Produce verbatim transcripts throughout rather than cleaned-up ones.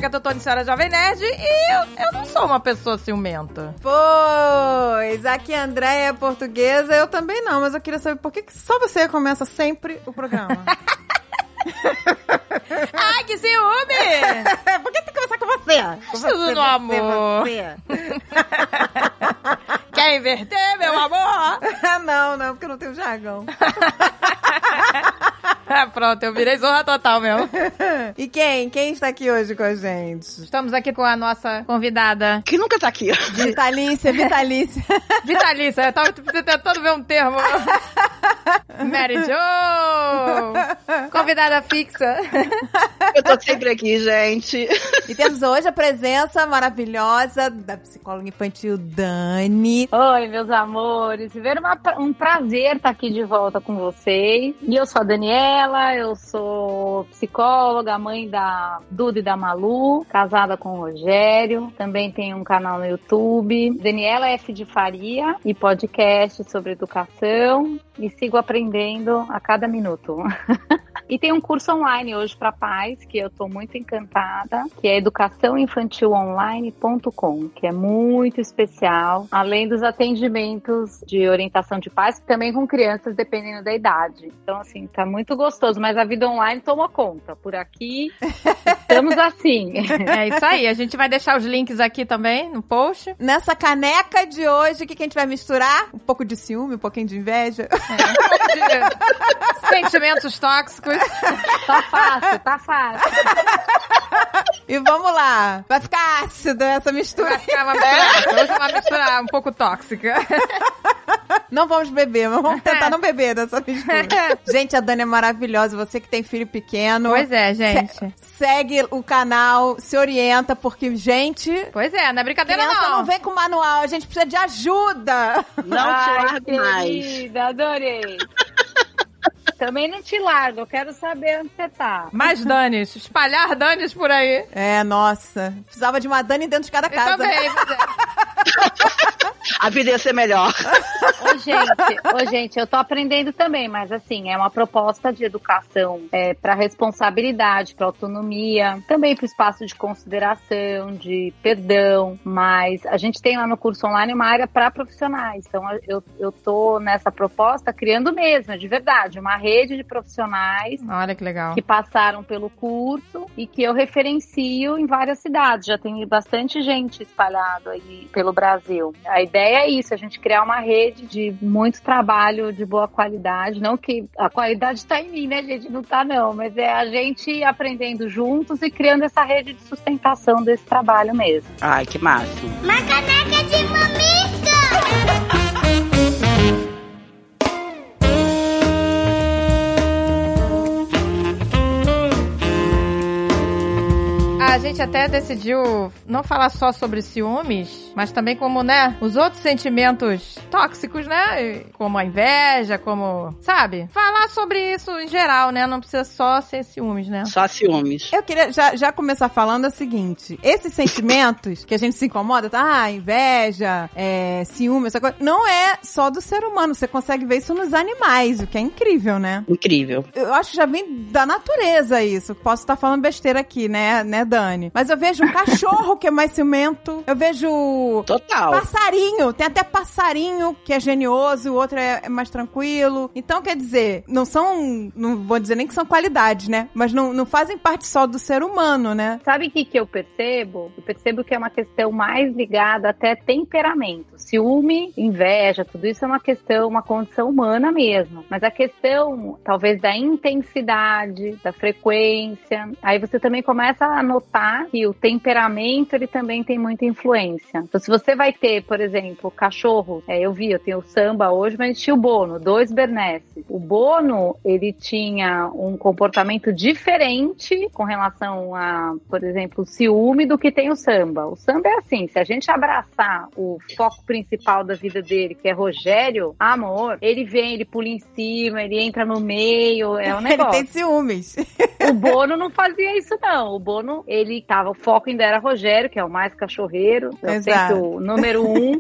Agatha Tony, senhora Jovem Nerd, e eu, eu não sou uma pessoa ciumenta. Pois, aqui a Andréia é portuguesa, eu também não, mas eu queria saber por que que só você começa sempre o programa. Ai, que ciúme! Por que tem que começar com você? Com você, Tudo no você, amor. Você. Quer inverter, meu amor? Não, não, porque eu não tenho jargão. Pronto, eu virei zorra total mesmo. E quem? Quem está aqui hoje com a gente? Estamos aqui com a nossa convidada. Que nunca tá aqui. Vitalícia, Vitalícia. Vitalícia, eu tava tentando ver um termo. Mary Jo! Convidada fixa. Eu tô sempre aqui, gente. E temos hoje a presença maravilhosa da psicóloga infantil Dani. Oi, meus amores. Primeiro, uma, um prazer estar aqui de volta com vocês. E eu sou a Daniela, eu sou psicóloga, mãe da Duda e da Malu, casada com o Rogério. Também tenho um canal no YouTube, Daniela F. de Faria, e podcast sobre educação. E sigo aprendendo a cada minuto. E tem um curso online hoje para pais, que eu tô muito encantada, que é educação infantil online ponto com, que é muito especial, além dos atendimentos de orientação de pais, também com crianças, dependendo da idade. Então, assim, tá muito gostoso, mas a vida online toma conta. Por aqui, estamos assim. É isso aí, a gente vai deixar os links aqui também no post. Nessa caneca de hoje, o que, que a gente vai misturar? Um pouco de ciúme, um pouquinho de inveja. É, um pouco de sentimentos tóxicos. Tá fácil, tá fácil. E vamos lá. Vai ficar ácido essa mistura. Vai ficar uma mistura. Hoje é uma mistura um pouco tóxica. Não vamos beber, mas vamos tentar não beber dessa mistura. Gente, a Dani é maravilhosa. Você que tem filho pequeno. Pois é, gente. Se- segue o canal, se orienta, porque, gente... Pois é, não é brincadeira Criança não. não vem com manual, a gente precisa de ajuda. Não te Ai, largo mais. querida, adorei. Também não te largo, eu quero saber onde você tá. Mais Danis, espalhar Danis por aí. É, nossa. Precisava de uma Dani dentro de cada Eu casa. também, pois é. A vida ia ser melhor. Ô, gente, ô, gente, eu tô aprendendo também, mas assim, é uma proposta de educação é, para responsabilidade, para autonomia, também para espaço de consideração, de perdão, mas a gente tem lá no curso online uma área para profissionais, então eu, eu tô nessa proposta criando mesmo, de verdade, uma rede de profissionais Olha que legal. que passaram pelo curso e que eu referencio em várias cidades. Já tem bastante gente espalhada aí pelo Brasil. A ideia é isso, a gente criar uma rede de muito trabalho de boa qualidade. Não que a qualidade está em mim, né, gente? Não tá, não. Mas é a gente aprendendo juntos e criando essa rede de sustentação desse trabalho mesmo. Ai, que máximo. Uma caneca de mamica! A gente até decidiu não falar só sobre ciúmes, mas também como, né, os outros sentimentos tóxicos, né, como a inveja, como, sabe? Falar sobre isso em geral, né, não precisa só ser ciúmes, né? Só ciúmes. Eu queria já, já começar falando o seguinte. Esses sentimentos que a gente se incomoda, tá? Ah, inveja, é, ciúme, essa coisa, não é só do ser humano. Você consegue ver isso nos animais, o que é incrível, né? Incrível. Eu acho que já vem da natureza isso. Posso estar falando besteira aqui, né, né, Dani? Mas eu vejo um cachorro que é mais ciumento. Eu vejo Total. passarinho. Tem até passarinho que é genioso, o outro é, é mais tranquilo. Então, quer dizer, não são, não vou dizer nem que são qualidades, né? Mas não, não fazem parte só do ser humano, né? Sabe o que, que eu percebo? Eu percebo que é uma questão mais ligada até temperamento. Ciúme, inveja, tudo isso é uma questão, uma condição humana mesmo. Mas a questão, talvez, da intensidade, da frequência, aí você também começa a notar que o temperamento, ele também tem muita influência. Então, se você vai ter, por exemplo, cachorro, é, eu vi, eu tenho o Samba hoje, mas tinha o Bono, dois Bernesses. O Bono, ele tinha um comportamento diferente com relação a, por exemplo, o ciúme do que tem o Samba. O Samba é assim, se a gente abraçar o foco principal da vida dele, que é Rogério, amor, ele vem, ele pula em cima, ele entra no meio, é um negócio. Ele tem ciúmes. O Bono não fazia isso, não. O Bono, ele tava, o foco ainda era Rogério, que é o mais cachorreiro, é Exato. o número um.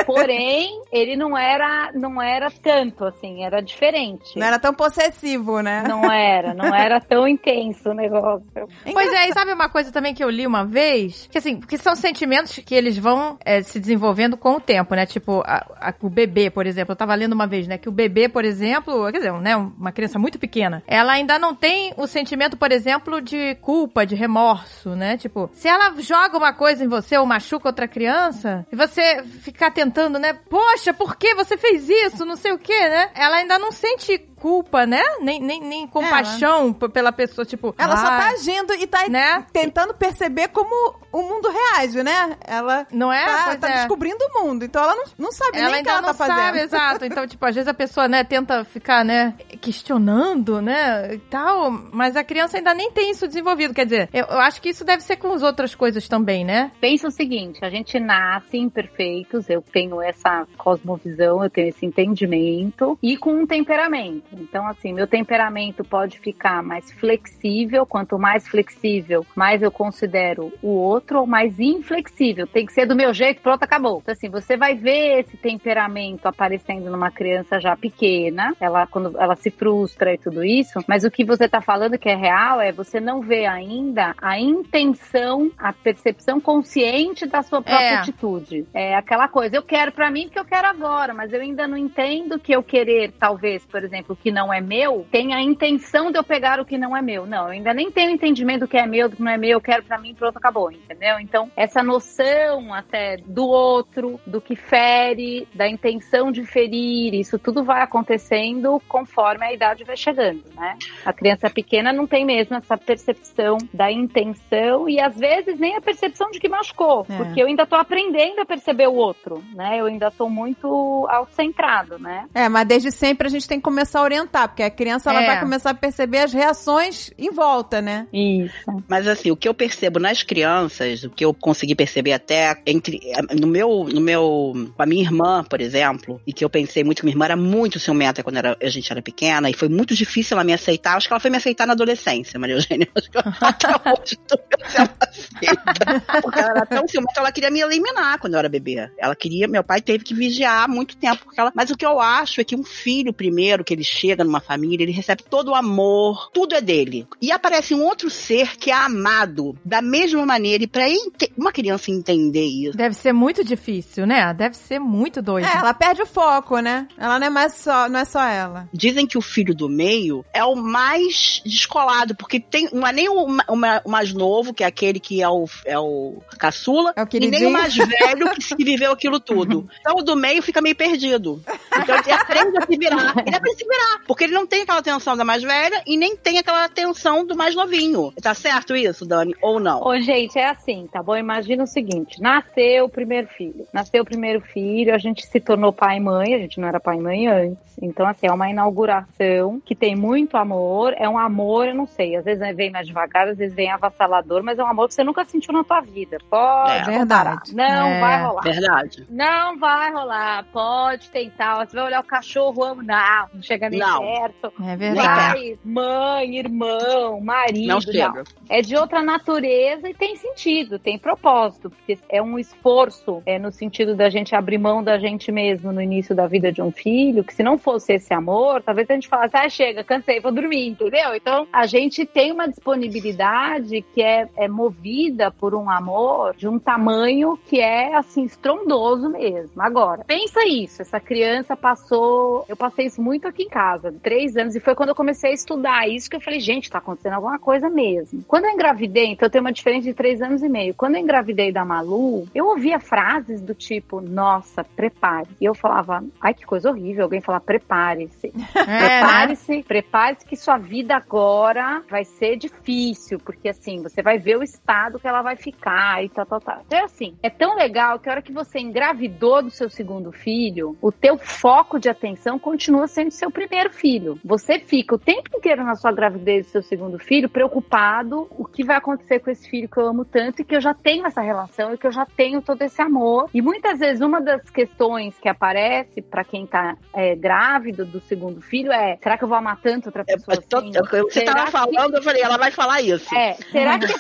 Porém, ele não era, não era tanto, assim, era diferente. Não era tão possessivo, né? Não era, não era tão intenso o negócio. Pois é, e sabe uma coisa também que eu li uma vez? Que assim, porque são sentimentos que eles vão é, se desenvolvendo com o tempo, né? Tipo, a, a, o bebê, por exemplo, eu tava lendo uma vez, né? Que o bebê, por exemplo, quer dizer, né, uma criança muito pequena, ela ainda não tem o sentimento, por exemplo, de culpa, de remorso, né? Tipo, se ela joga uma coisa em você ou machuca outra criança, e você ficar tentando, né? Poxa, por que você fez isso? Não sei o quê, né? Ela ainda não sente culpa, né? Nem, nem, nem compaixão p- pela pessoa, tipo... Ela ah, só tá agindo e tá né? tentando perceber como o mundo reage, né? Ela Não é? tá, Pois tá é. descobrindo o mundo, então ela não, não sabe Ela nem o que ainda ela não tá fazendo. sabe, exato. Então, tipo, às vezes a pessoa, né, tenta ficar, né, questionando, né, e tal, mas a criança ainda nem tem isso desenvolvido. Quer dizer, eu, eu acho que isso deve ser com as outras coisas também, né? Pensa o seguinte, a gente nasce imperfeitos, eu tenho essa cosmovisão, eu tenho esse entendimento e com um temperamento. Então, assim, meu temperamento pode ficar mais flexível, quanto mais flexível, mais eu considero o outro, ou mais inflexível. Tem que ser do meu jeito, pronto, acabou. Então, assim, você vai ver esse temperamento aparecendo numa criança já pequena, ela, quando ela se frustra e tudo isso, mas o que você tá falando que é real é você não vê ainda a intenção, a percepção consciente da sua própria É. atitude. É aquela coisa, eu quero pra mim porque eu quero agora, mas eu ainda não entendo que eu querer, talvez, por exemplo, o que não é meu, tem a intenção de eu pegar o que não é meu. Não, eu ainda nem tenho entendimento do que é meu, do que não é meu, eu quero pra mim, pronto, acabou, entendeu? Então, essa noção até do outro, do que fere, da intenção de ferir, isso tudo vai acontecendo conforme a idade vai chegando, né? A criança pequena não tem mesmo essa percepção da intenção e às vezes nem a percepção de que machucou, É. porque eu ainda tô aprendendo a perceber o outro, né? Eu ainda tô muito autocentrado, né? É, mas desde sempre a gente tem que começar a orientar, porque a criança ela É. vai começar a perceber as reações em volta, né? Isso. Mas assim, o que eu percebo nas crianças, o que eu consegui perceber até entre no meu, no meu, com a minha irmã, por exemplo, e que eu pensei muito que minha irmã era muito ciumenta quando era, a gente era pequena, e foi muito difícil ela me aceitar. Acho que ela foi me aceitar na adolescência, Maria Eugênia. Acho que eu, até hoje tô vendo se ela aceita. Porque ela era tão ciumenta, ela queria me eliminar quando eu era bebê. Ela queria, meu pai teve que vigiar muito tempo. Porque ela, mas o que eu acho é que um filho, primeiro, que ele chega numa família, ele recebe todo o amor, tudo é dele. E aparece um outro ser que é amado da mesma maneira. E pra ente- uma criança entender isso, Deve ser muito difícil, né? Deve ser muito doido. É, ela perde o foco, né? Ela não é mais só, não é só ela. dizem que o filho do meio é o mais descolado, porque tem, não é nem o, ma- o ma- o mais novo, que é aquele que é o, é o caçula, É o e queridinho. nem o mais velho que, se- que viveu aquilo tudo. Então o do meio fica meio perdido. Então ele aprende a se virar. Ele aprende a se virar, porque ele não tem aquela atenção da mais velha e nem tem aquela atenção do mais novinho. Tá certo isso, Dani? Ou não? Ô, gente, é assim, tá bom? Imagina o seguinte, nasceu o primeiro filho. Nasceu o primeiro filho, a gente se tornou pai e mãe, a gente não era pai e mãe antes. Então, assim, é uma inauguração que tem muito amor. É um amor, eu não sei, às vezes vem mais devagar, às vezes vem avassalador, mas é um amor que você nunca sentiu na tua vida. Pode É. comparar. Verdade. Não É. vai rolar. Verdade. Não vai rolar. Pode tentar. Você vai olhar o cachorro, amo. Não, não chega nem Não. perto. É verdade. Pai, mãe, irmão, marido. Não chega. É de outra natureza e tem sentido, tem propósito, porque é um esforço, é no sentido da gente abrir mão da gente mesmo no início da vida de um filho, que se não fosse esse amor, talvez a gente falasse, ah, chega, cansei, vou dormir, entendeu? Então, a gente tem uma disponibilidade que é, é movida por um amor de um tamanho que é, assim, estrondoso mesmo. Agora, pensa isso, essa criança passou, eu passei isso muito aqui em casa, três anos, e foi quando eu comecei a estudar isso que eu falei, gente, tá acontecendo alguma coisa mesmo. Quando eu engravidei, então eu tenho uma diferença de três anos e meio, quando eu engravidei da Malu, eu ouvia frases do tipo, nossa, prepare. E eu falava, ai, que coisa horrível, alguém falar, prepare-se. É, né? Prepare-se, prepare-se que sua vida agora vai ser difícil, porque assim, você vai ver o estado que ela vai ficar e tal, tal, tal. Então, assim, é tão legal que a hora que você engravidou do seu segundo filho, o teu foco de atenção continua sendo seu primeiro. primeiro filho. Você fica o tempo inteiro na sua gravidez do seu segundo filho preocupado o que vai acontecer com esse filho que eu amo tanto e que eu já tenho essa relação e que eu já tenho todo esse amor. E muitas vezes uma das questões que aparece pra quem tá é, grávido do segundo filho é, será que eu vou amar tanto outra pessoa é, assim? tô, você será tava falando, que... eu falei, ela vai falar isso. É, será que é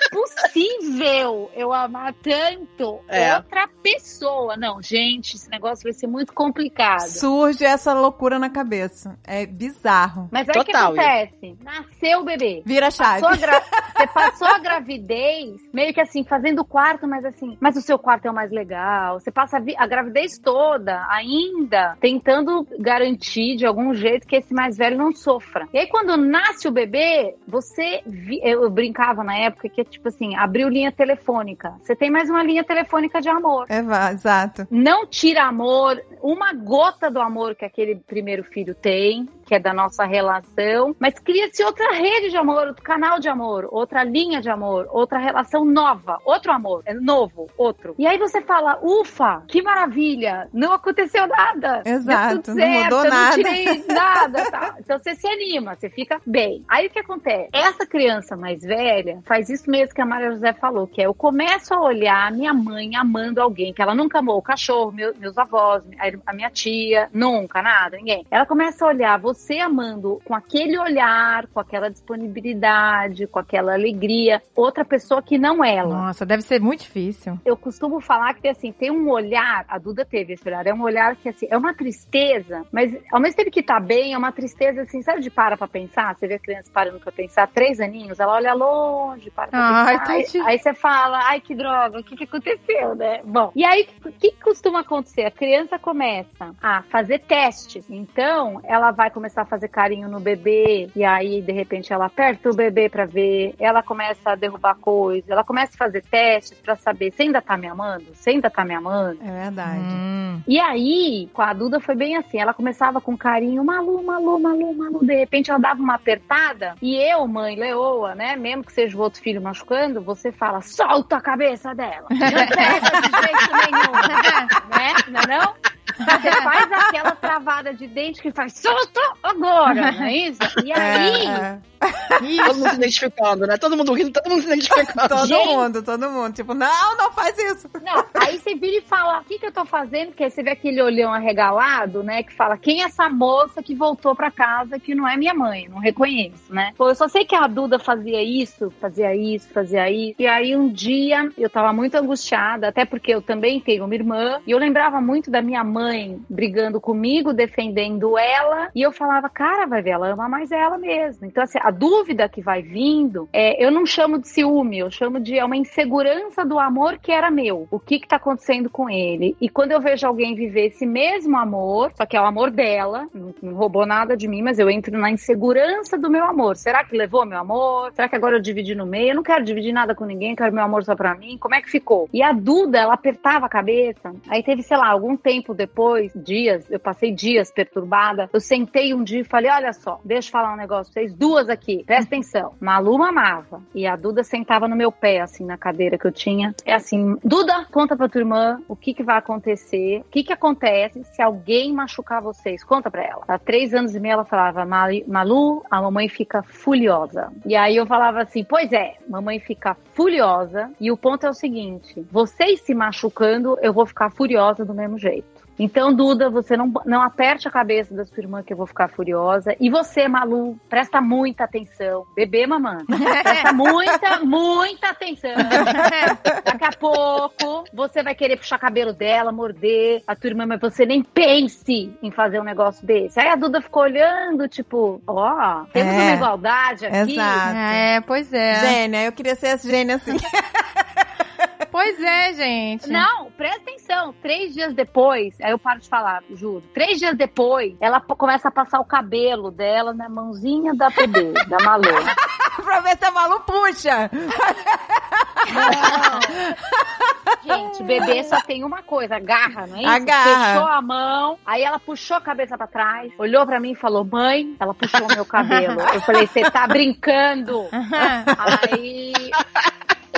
possível eu amar tanto é. outra pessoa? Não, gente, esse negócio vai ser muito complicado. Surge essa loucura na cabeça. É bizarro. Mas aí o que acontece? Nasceu o bebê. Vira a chave. Passou a gra... Você passou a gravidez, meio que assim, fazendo o quarto, mas assim, mas o seu quarto é o mais legal. Você passa a, vi... a gravidez toda, ainda, tentando garantir de algum jeito que esse mais velho não sofra. E aí, quando nasce o bebê, você... Vi... Eu brincava na época que, tipo assim, abriu linha telefônica. Você tem mais uma linha telefônica de amor. É, exato. Não tira amor, uma gota do amor que aquele primeiro filho tem, que é da nossa relação, mas cria-se outra rede de amor, outro canal de amor, outra linha de amor, outra relação nova, outro amor, é novo, outro. E aí você fala, ufa, que maravilha, não aconteceu nada. Exato, tudo não certo, mudou eu nada. não tirei nada, tá? Então você se anima, você fica bem. Aí o que acontece? Essa criança mais velha faz isso mesmo que a Maria José falou, que é, eu começo a olhar a minha mãe amando alguém, que ela nunca amou o cachorro, meu, meus avós, a minha tia, nunca, nada, ninguém. Ela começa a olhar você amando com aquele olhar, com aquela disponibilidade, com aquela alegria, outra pessoa que não ela. Nossa, deve ser muito difícil. Eu costumo falar que, assim, tem um olhar, a Duda teve esse olhar, é um olhar que, assim, é uma tristeza, mas ao mesmo tempo que tá bem, é uma tristeza, assim, sabe de para pra pensar? Você vê a criança parando pra pensar, três aninhos, ela olha longe, para pra Ai, pensar, aí, aí você fala, ai, que droga, o que que aconteceu, né? Bom, e aí, o que, que costuma acontecer? A criança começa a fazer testes, então, ela vai começar a fazer carinho no bebê, e aí, de repente, ela aperta o bebê pra ver, ela começa a derrubar coisa, ela começa a fazer testes pra saber, você ainda tá me amando? Você ainda tá me amando? É verdade. Hum. E aí, com a Duda foi bem assim, ela começava com carinho, Malu, Malu, Malu, Malu, de repente ela dava uma apertada, e eu, mãe leoa, né, mesmo que seja o outro filho machucando, você fala, solta a cabeça dela, não pega de jeito nenhum, né, não é não? Você faz aquela travada de dente que faz solta agora, não é isso? E aí... É, é. Todo mundo se identificando, né? Todo mundo rindo, todo mundo se identificando. Todo Gente. mundo, todo mundo. Tipo, não, não faz isso. Não, aí você vira e fala, o que que eu tô fazendo? Porque aí você vê aquele olhão arregalado, né? Que fala, quem é essa moça que voltou pra casa que não é minha mãe? Não reconheço, né? Pô, eu só sei que a Duda fazia isso, fazia isso, fazia isso. E aí um dia eu tava muito angustiada, até porque eu também tenho uma irmã, e eu lembrava muito da minha mãe brigando comigo, defendendo ela, e eu falava, cara, vai ver, ela ama mais ela mesmo. Então, assim, a dúvida que vai vindo, é, eu não chamo de ciúme, eu chamo de é uma insegurança do amor que era meu. O que que tá acontecendo com ele? E quando eu vejo alguém viver esse mesmo amor, só que é o amor dela, não, não roubou nada de mim, mas eu entro na insegurança do meu amor. Será que levou meu amor? Será que agora eu dividi no meio? Eu não quero dividir nada com ninguém, quero meu amor só pra mim. Como é que ficou? E a Duda, ela apertava a cabeça, aí teve, sei lá, algum tempo depois, dias, eu passei dias perturbada, eu sentei um dia e falei, olha só, deixa eu falar um negócio pra vocês, duas aqui, presta atenção. Malu mamava e a Duda sentava no meu pé, assim, na cadeira que eu tinha. É assim, Duda, conta pra tua irmã o que que vai acontecer, o que que acontece se alguém machucar vocês, conta pra ela. Há três anos e meio ela falava, Malu, a mamãe fica furiosa. E aí eu falava assim, pois é, mamãe fica furiosa e o ponto é o seguinte, vocês se machucando, eu vou ficar furiosa do mesmo jeito. Então, Duda, você não, não aperte a cabeça da sua irmã que eu vou ficar furiosa. E você, Malu, presta muita atenção. Bebê, mamãe, presta muita, muita atenção. Daqui a pouco, você vai querer puxar cabelo dela, morder a tua irmã, mas você nem pense em fazer um negócio desse. Aí a Duda ficou olhando, tipo, ó, oh, temos é, uma igualdade aqui. Exato. É, pois é. Gênia, eu queria ser essa gênia assim. Pois é, gente. Não, presta atenção. Três dias depois, aí eu paro de falar, juro. Três dias depois, ela p- começa a passar o cabelo dela na mãozinha da bebê, da Malu. Pra ver se a Malu puxa. Não. Gente, bebê só tem uma coisa, agarra, não é isso? Agarra. Fechou a mão, aí ela puxou a cabeça pra trás, olhou pra mim e falou, mãe, ela puxou o meu cabelo. Eu falei, você tá brincando? Aí...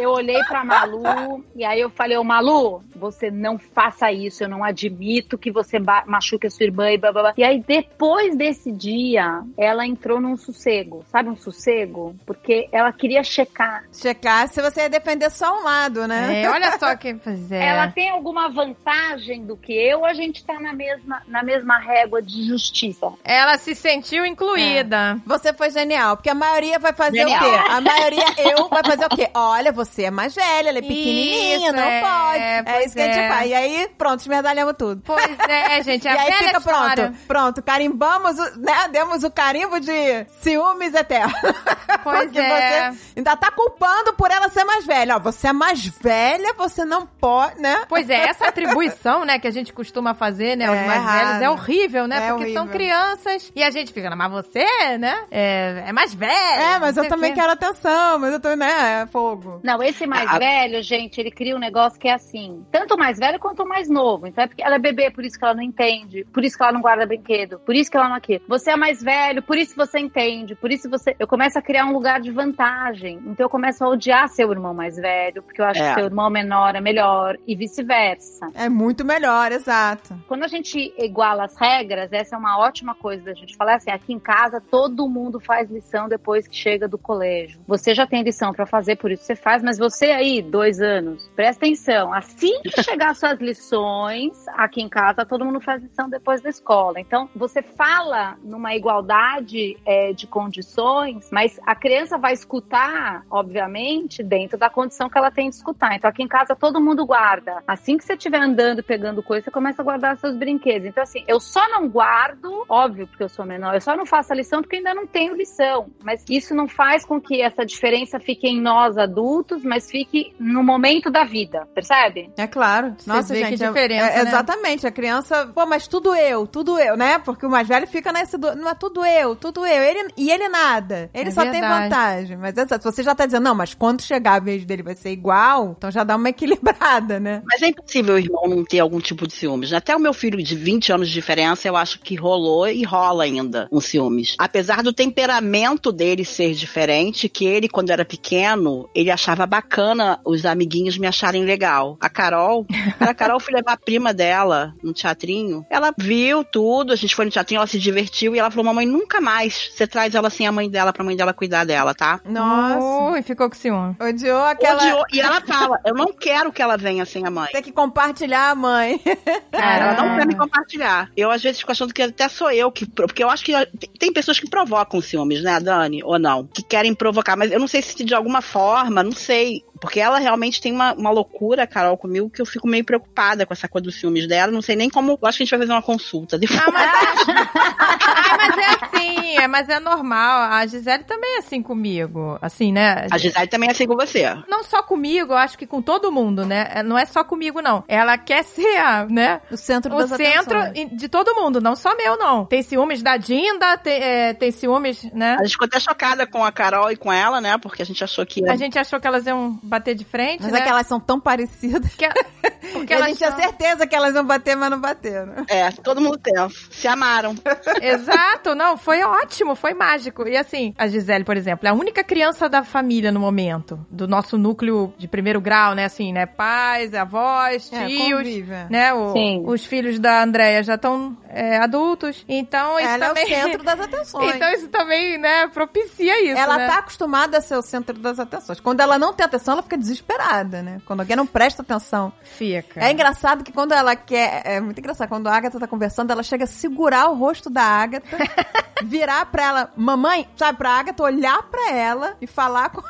eu olhei pra Malu e aí eu falei, ô Malu, você não faça isso, eu não admito que você machuque a sua irmã e blá blá blá. E aí depois desse dia, ela entrou num sossego, sabe um sossego? Porque ela queria checar. Checar se você ia defender só um lado, né? É, olha só que... Pois é. Ela tem alguma vantagem do que eu, a gente tá na mesma, na mesma régua de justiça. Ela se sentiu incluída. É. Você foi genial, porque a maioria vai fazer Genial. o quê? A maioria, eu, vai fazer o quê? Olha, você é mais velha, ela é pequenininha, Isso, não é, pode. É pois isso que a gente é. faz. E aí, pronto, esmerdalhamos tudo. Pois é, gente. A E aí velha fica história. pronto, pronto, carimbamos, o, né, demos o carimbo de ciúmes eterno. Pois Porque é. você ainda tá culpando por ela ser mais velha. Ó, você é mais velha, você não pode, né? Pois é, essa atribuição, né, que a gente costuma fazer, né, aos É mais errado. velhos, é horrível, né? É porque horrível. são crianças e a gente fica, mas você, né, é, é mais velha. É, mas não eu sei o também quê. quero atenção, mas eu tô, né, é fogo. Não, esse mais A- velho, gente, ele cria um negócio que é assim, tanto o mais velho quanto o mais novo. Então é porque ela é bebê, por isso que ela não entende, por isso que ela não guarda brinquedo, por isso que ela não aqui. Você é mais velho, por isso você entende, por isso você... Eu começo a criar um lugar de vantagem. Então eu começo a odiar seu irmão mais velho, porque eu acho É. que seu irmão menor é melhor, e vice-versa. É muito melhor, exato. Quando a gente iguala as regras, essa é uma ótima coisa da gente falar assim, aqui em casa todo mundo faz lição depois que chega do colégio. Você já tem lição pra fazer, por isso você faz, mas você aí, dois anos, presta atenção, assim que chegar suas lições, aqui em casa todo mundo faz lição depois da escola. Então, você fala numa igualdade é, de condições, mas a criança vai escutar, obviamente, dentro da condição que ela tem de escutar. Então, aqui em casa todo mundo guarda. Assim que você estiver andando e pegando coisa, você começa a guardar seus brinquedos. Então, assim, eu só não guardo, óbvio, porque eu sou menor, eu só não faço a lição porque ainda não tenho lição. Mas isso não faz com que essa diferença fique em nós adultos, mas fique no momento da vida, percebe? É claro. Você Nossa, vê gente. que é- diferença, é- né? Exatamente. A criança, pô, mas tudo eu, tudo eu, né? Porque o mais velho fica nesse. Do, não é tudo eu, tudo eu. Ele, e ele nada. Ele É só tem verdade. vantagem. Mas é exato. Você já tá dizendo, não, mas quando chegar a vez dele vai ser igual, então já dá uma equilibrada, né? Mas é impossível o irmão não ter algum tipo de ciúmes. Até o meu filho de vinte anos de diferença, eu acho que rolou e rola ainda um ciúmes. Apesar do temperamento dele ser diferente, que ele, quando era pequeno, ele achava bacana os amiguinhos me acharem legal. A Carol, a Carol foi levar a prima dela no teatrinho. Ela viu tudo, a gente foi no teatrinho, ela se divertiu e ela falou, mamãe, nunca mais você traz ela sem a mãe dela pra mãe dela cuidar dela, tá? Nossa. Ui, ficou com ciúme. Odiou aquela. Odiou. E ela fala, eu não quero que ela venha sem a mãe. Tem que compartilhar a mãe. Cara, ela não Caramba. quer me compartilhar. Eu, às vezes, fico achando que até sou eu que... Porque eu acho que tem pessoas que provocam ciúmes, né, Dani? Ou não? Que querem provocar. Mas eu não sei se de alguma forma, não sei. Porque ela realmente tem uma, uma loucura, Carol, comigo, que eu fico meio preocupada com essa coisa dos ciúmes dela. Não sei nem como... Eu acho que a gente vai fazer uma consulta depois. Ah, mas, ah, mas é assim, é, mas é normal. A Gisele também é assim comigo. Assim, né? A Gisele também é assim com você. Não só comigo, eu acho que com todo mundo, né? É, não é só comigo, não. Ela quer ser, a, né? O centro O das centro atenções. de todo mundo, não só meu, não. Tem ciúmes da Dinda, tem, é, tem ciúmes, né? A gente ficou até chocada com a Carol e com ela, né? Porque a gente achou que... A gente achou que elas iam bater de frente, Mas né? é que elas são tão parecidas. Porque, porque E a elas gente tinha são- certeza que elas iam bater, mas não bateram. É, todo mundo tenso. Se amaram. Exato, não, foi ótimo, foi mágico. E assim, a Gisele, por exemplo, é a única criança da família no momento, do nosso núcleo de primeiro grau, né? Assim, né? Pais, avós, É, tios, convive, é. né? O- Sim. os filhos da Andréia já estão é, adultos. Então, isso Ela também... é o centro das atenções. Então, isso também, né, propicia isso, ela né? tá acostumada a ser o centro das atenções. Quando ela não tem atenção, ela fica desesperada, né? Quando alguém não presta atenção. Fica. É engraçado que quando ela quer... É muito engraçado. Quando a Agatha tá conversando, ela chega a segurar o rosto da Agatha, virar pra ela, mamãe, sabe, pra Agatha, olhar pra ela e falar com...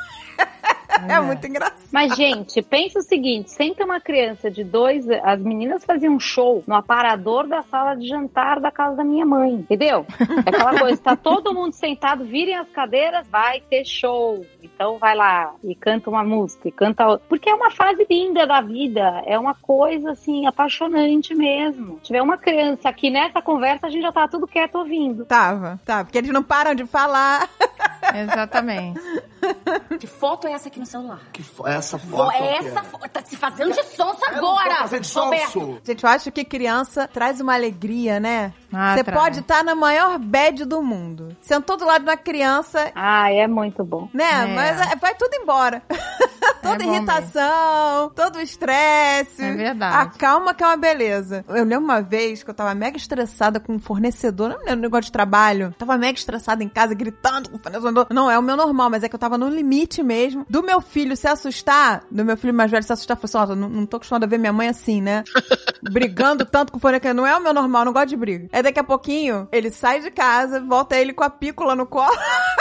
É, É. muito engraçado. Mas, gente, pensa o seguinte, sempre uma criança de dois... As meninas faziam um show no aparador da sala de jantar da casa da minha mãe, entendeu? É aquela coisa, tá todo mundo sentado, virem as cadeiras, vai ter show. Então vai lá e canta uma música, e canta outra. Porque é uma fase linda da vida, é uma coisa, assim, apaixonante mesmo. Se tiver uma criança aqui nessa conversa, a gente já tá tudo quieto ouvindo. Tava, tá. Porque eles não param de falar. Exatamente. Que foto é essa aqui no celular? Que fo- essa Pô, foto. é essa foto. Tá se fazendo de sonso agora, Fazer de Roberto. sonso. Gente, eu acho que criança traz uma alegria, né? Ah, Você traz. pode estar na maior bad do mundo. Sentou do lado de uma criança, Ah, é muito bom. né? É. Mas é, vai tudo embora. toda É bom irritação, todo o estresse. É verdade. Acalma que é uma beleza. Eu lembro uma vez que eu tava mega estressada com um fornecedor, não lembro, negócio de trabalho. Tava mega estressada em casa, gritando com o fornecedor. Não é o meu normal, mas é que eu tava no limite mesmo. Do meu filho se assustar, do meu filho mais velho se assustar, falou assim, ó, não, não tô acostumada a ver minha mãe assim, né? Brigando tanto com o fornecedor. Não é o meu normal, não gosto de briga. Aí daqui a pouquinho, ele sai de casa, volta ele com a pícola no colo.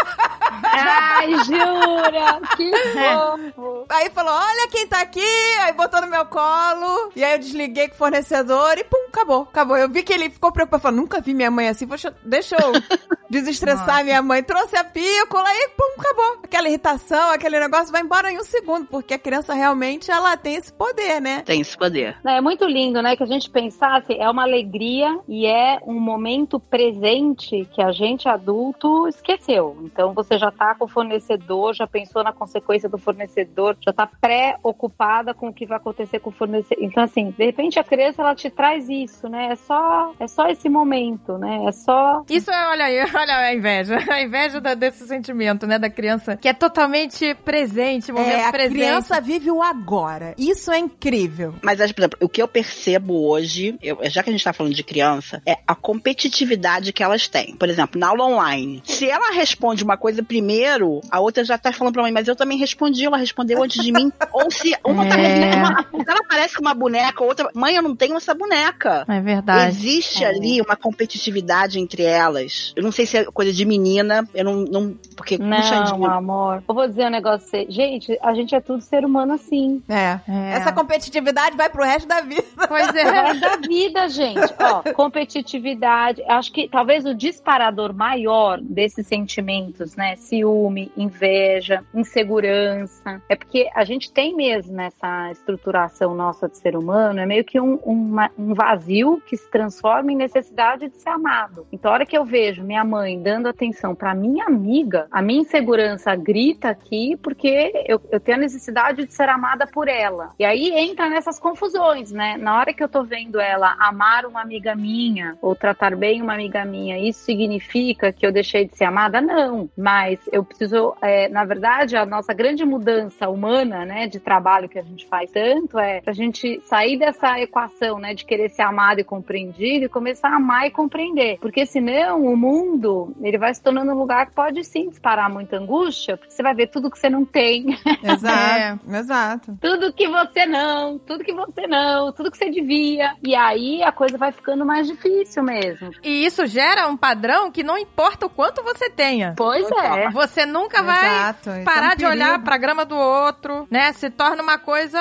Ai, jura? Que fofo. Aí falou, olha quem tá aqui. Aí botou no meu colo. E aí eu desliguei com o fornecedor e pum, acabou, acabou. Eu vi que ele ficou preocupado. Falou, nunca vi minha mãe assim. Deixa eu desestressar Nossa. minha mãe. Trouxe a pícola e pum, acabou. Aquela irritação, aquele negócio vai embora em um segundo. Porque a criança realmente, ela tem esse poder, né? Tem esse poder. É muito lindo, né? Que a gente pensasse, é uma alegria e é um momento presente que a gente adulto esqueceu. Então você já tá com o fornecedor, já pensou na consequência do fornecedor, já tá pré-ocupada com o que vai acontecer com o fornecedor. Então assim, de repente a criança ela te traz isso, né? É só, é só esse momento, né? É só... Isso é, olha aí, olha a inveja. A inveja da, desse sentimento, né? Da criança que é totalmente presente, momento é, a presente. A criança vive o agora. Isso é incrível. Mas, por exemplo, o que eu percebo hoje, eu, já que a gente tá falando de criança, é a competitividade que elas têm. Por exemplo, na aula online, se ela responde uma coisa primeiro, a outra já tá falando pra mãe, mas eu também respondi, ela respondeu antes de mim. Ou se uma tá É. uma, ela parece com uma boneca, outra, mãe, eu não tenho essa boneca. É verdade. Existe É. ali uma competitividade entre elas. Eu não sei se é coisa de menina, eu não, não porque puxa, Não, amor. Eu vou dizer um negócio pra você. Gente, a gente é tudo ser humano assim. É. É. Essa competitividade vai pro resto da vida. Pois É é. da vida, gente. Ó, competitividade. Acho que talvez o disparador maior desses sentimentos, né? Ciúme, inveja, insegurança. É porque a gente tem mesmo nessa estruturação nossa de ser humano, é meio que um, uma, um vazio que se transforma em necessidade de ser amado. Então, a hora que eu vejo minha mãe dando atenção pra minha amiga, a minha insegurança grita aqui porque eu, eu tenho a necessidade de ser amada por ela. E aí entra nessas confusões, né? Na hora que eu tô vendo ela amar uma amiga minha ou tratar bem uma amiga minha, isso significa que eu deixei de ser amada? Não. Mas eu preciso, é, na verdade, a nossa grande mudança humana, né, de trabalho que a gente faz tanto é pra gente sair dessa equação, né, de querer ser amado e compreendido e começar a amar e compreender. Porque senão o mundo, ele vai se tornando um lugar que pode sim disparar muita angústia, porque você vai ver tudo que você não tem. Exato, exato. Tudo que você não, tudo que você não, tudo que você devia. E aí a coisa vai ficando mais difícil mesmo. E isso gera um padrão que não importa o quanto você tenha. Pois é. Você nunca vai Exato, isso parar é um de olhar perigo. pra grama do outro, né? Se torna uma coisa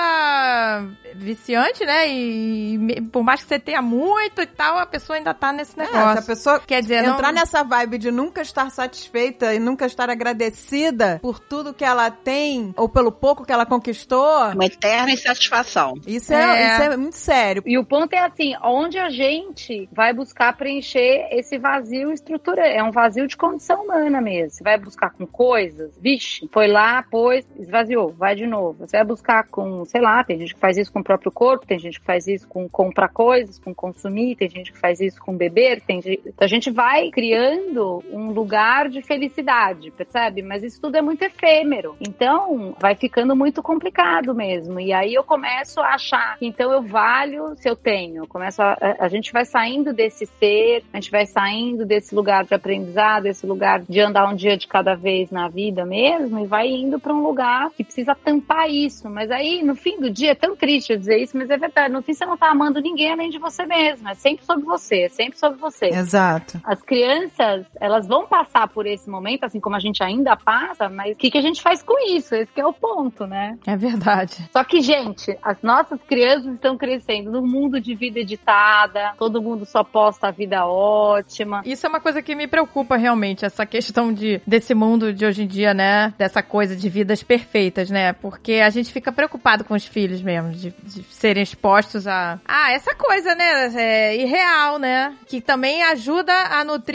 viciante, né? E, e por mais que você tenha muito e tal, a pessoa ainda tá nesse É, negócio. se a pessoa Quer dizer, entrar não... nessa vibe de nunca estar satisfeita e nunca estar agradecida por tudo que ela tem ou pelo pouco que ela conquistou, uma eterna insatisfação. isso é, É. isso é muito sério. E o ponto é assim, onde a gente vai buscar preencher esse vazio estrutural. É um vazio de condição humana mesmo. Você vai buscar com coisas, vixe, foi lá, pôs, esvaziou, vai de novo. Você vai buscar com, sei lá, tem gente que faz isso com o próprio corpo, tem gente que faz isso com comprar coisas, com consumir, tem gente que faz isso com beber, tem gente... Então a gente vai criando um lugar de felicidade, percebe? Mas isso tudo é muito efêmero. Então vai ficando muito complicado mesmo. E aí eu começo a achar que então eu valho se eu tenho. Eu começo a, a, a gente vai saindo desse ser, a gente vai saindo desse lugar de aprendizado, desse lugar de andar um dia de cada vez na vida mesmo, e vai indo para um lugar que precisa tampar isso. Mas aí, no fim do dia, é tão triste eu dizer isso, mas é verdade, no fim você não tá amando ninguém além de você mesmo, é sempre sobre você, é sempre sobre você. Exato. As crianças, elas vão passar por esse momento, assim como a gente ainda passa, mas o que, que a gente faz com isso? Esse que é o ponto, né? É verdade. Só que, gente, as nossas crianças estão crescendo num mundo de vida editada, todo mundo só posta a vida ótima. Isso é uma coisa que me preocupa realmente, essa questão de, desse mundo de hoje em dia, né? Dessa coisa de vidas perfeitas, né? Porque a gente fica preocupado com os filhos mesmo, de, de serem expostos a... Ah, essa coisa, né? É irreal, né? Que também ajuda a nutrir esse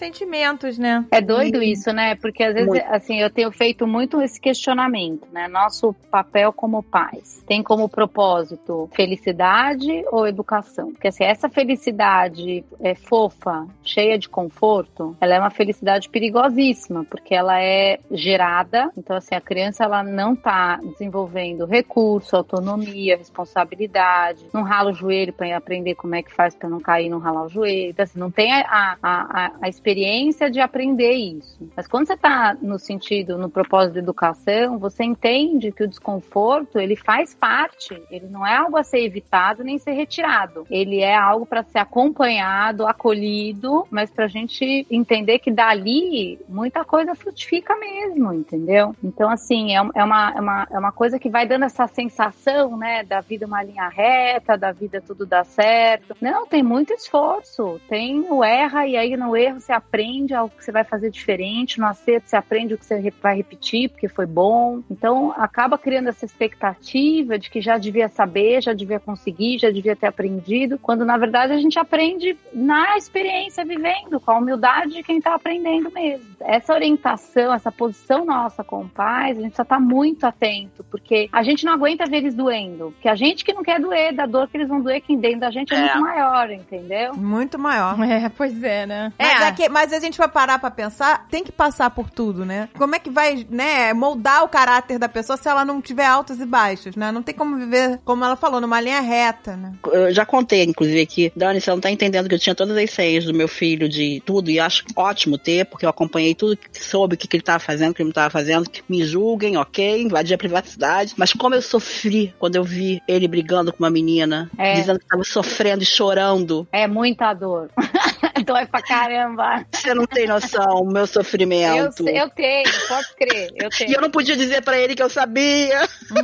sentimentos, né? É doido isso, né? Porque às vezes, Muito. assim, eu tenho feito muito esse questionamento, né? Nosso papel como pais tem como propósito felicidade ou educação? Porque assim, essa felicidade é fofa, cheia de conforto, ela é uma felicidade perigosíssima, porque ela é gerada, então assim, a criança ela não tá desenvolvendo recurso, autonomia, responsabilidade, não rala o joelho para aprender como é que faz para não cair, não ralar o joelho, então assim, não tem a, a, a, a experiência de aprender isso. Mas quando você tá no sentido, no propósito de educação, você entende que o desconforto, ele faz parte, ele não é algo a ser evitado nem ser retirado, ele é algo para ser acompanhado, acolhido, mas pra gente entender que dali muita coisa frutifica mesmo, entendeu? Então assim, é, é, uma, é, uma, é uma coisa que vai dando essa sensação, né, da vida uma linha reta, da vida tudo dá certo. Não, tem muito esforço, tem o erra e aí no erro você aprende algo que você vai fazer diferente, no acerto você aprende o que você vai repetir porque foi bom. Então acaba criando essa expectativa de que já devia saber, já devia conseguir, já devia ter aprendido, quando na verdade a gente aprende na experiência, vivendo, com a humildade de quem está aprendendo mesmo. Essa orientação, essa posição nossa como pais, a gente só está muito atento, porque a gente não aguenta ver eles doendo, porque a gente que não quer doer, da dor que eles vão doer, quem dentro da gente é, é. muito maior, entendeu? Muito maior. É, pois é, né? Mas, é. É que, mas a gente vai parar pra pensar, tem que passar por tudo, né? Como é que vai, né, moldar o caráter da pessoa se ela não tiver altos e baixos, né? Não tem como viver, como ela falou, numa linha reta, né? Eu já contei, inclusive, aqui, Dani, você não tá entendendo que eu tinha todas as senhas do meu filho de tudo, e acho ótimo ter, porque eu acompanhei tudo, soube o que, que ele tava fazendo, o que ele não tava fazendo, que me julguem, ok, invadir a privacidade, mas como eu sofri quando eu vi ele brigando com uma menina, é. dizendo que tava sofrendo e chorando. É muita dor. Dói pra caramba. Você não tem noção, o meu sofrimento. Eu, eu tenho, pode crer, eu tenho. E eu não podia dizer pra ele que eu sabia.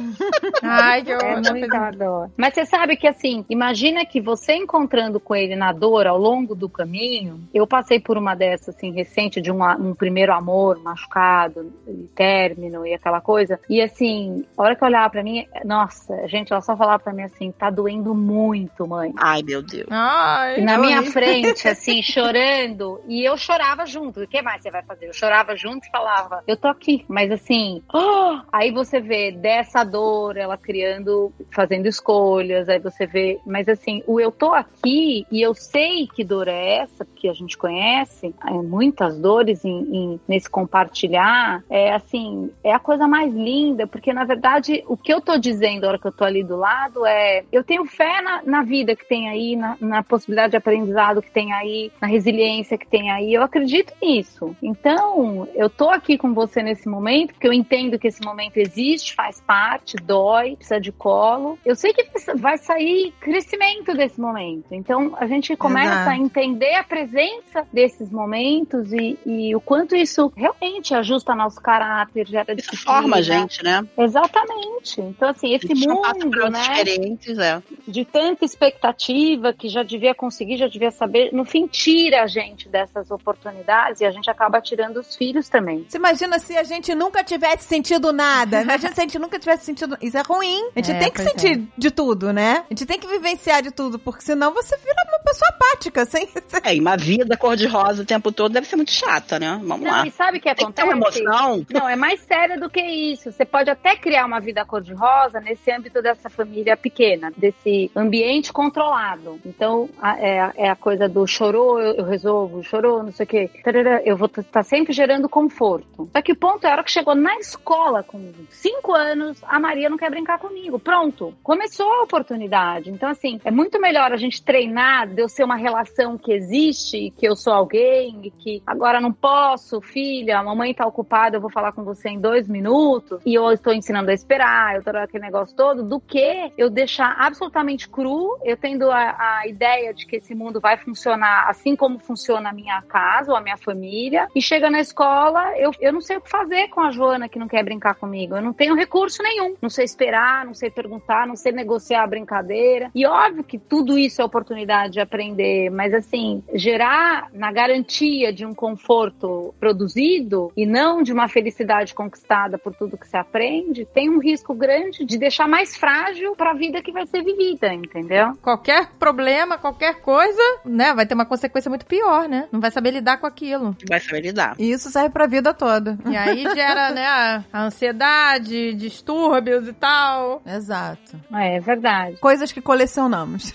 Ai, que É muita dor. Mas você sabe que assim, imagina que você encontrando com ele na dor ao longo do caminho, eu passei por uma dessas assim, recente, de um, um primeiro amor machucado, término e aquela coisa, e assim, a hora que eu olhava pra mim, nossa, gente, ela só falava pra mim assim, tá doendo muito, mãe. Ai, meu Deus. Ai, E na eu minha ri. frente, assim, chorando, e eu chorava junto. O que mais você vai fazer? Eu chorava junto e falava, eu tô aqui, mas assim, oh! Aí você vê dessa dor, ela criando, fazendo escolhas, aí você vê, mas assim, o eu tô aqui e eu sei que dor é essa, porque a gente conhece é, muitas dores em, em, nesse compartilhar, é assim, é a coisa mais linda, porque na verdade, o que eu tô dizendo na hora que eu tô ali do lado é, eu tenho fé na, na vida que tem aí, na, na possibilidade de aprendizado que tem aí, na resiliência que tem aí, eu acredito nisso. Então, eu tô aqui com você nesse momento, porque eu entendo que esse momento existe, faz parte, dói, precisa de colo. Eu sei que vai sair crescimento desse momento. Então, a gente começa Exato. a entender a presença desses momentos e, e o quanto isso realmente ajusta nosso caráter, gera disciplina. Forma a gente, né? Exatamente. Então, assim, esse mundo, né, diferentes, é. de tanta expectativa que já devia conseguir, já devia saber, no fim tira a gente dessas oportunidades e a gente acaba tirando os filhos também. Você imagina se a gente nunca tivesse sentido nada? Imagina se a gente nunca tivesse sentido... Isso é ruim. A gente É, tem que pois sentir é. de tudo, né? A gente tem que vivenciar de tudo, porque senão você vira uma pessoa apática, sem... É, e uma vida cor-de-rosa o tempo todo deve ser muito chata, né? Vamos Não, lá. e sabe o que Tem que ter acontece? uma emoção. Não, é mais sério do que isso. Você pode até criar uma vida cor-de-rosa nesse âmbito dessa família pequena, desse ambiente controlado. Então, a, é, é a coisa do chorou, eu, eu resolvo, chorou, não sei o quê. Tarará, eu vou estar tá sempre gerando conforto. Só que o ponto é a hora que chegou na escola, com cinco anos, a Maria não quer brincar comigo. Pronto, começou a oportunidade. Então, assim, é muito melhor a gente treinar de eu ser uma relação que existe, que eu sou alguém, que agora não posso, filha, a mamãe tá ocupada, eu vou falar com você em dois minutos, e eu estou ensinando a esperar, eu tô aquele negócio todo, do que eu deixar absolutamente cru, eu tendo a, a ideia de que esse mundo vai funcionar assim como funciona a minha casa ou a minha família, e chega na escola, eu, eu não sei o que fazer com a Joana que não quer brincar comigo, eu não tenho recurso nenhum, não sei esperar, não sei perguntar, não sei negociar a brincadeira, e óbvio que tudo isso é oportunidade de aprender, mas assim, gerar na garantia de um conforto produzido e não de uma felicidade conquistada por tudo que se aprende, tem um risco grande de deixar mais frágil para a vida que vai ser vivida, entendeu? Qualquer problema, qualquer coisa, né, vai ter uma consequência muito pior, né? Não vai saber lidar com aquilo. Vai saber lidar. E isso serve pra vida toda. E aí gera, né, a ansiedade, distúrbios e tal. Exato. É verdade. Coisas que colecionamos.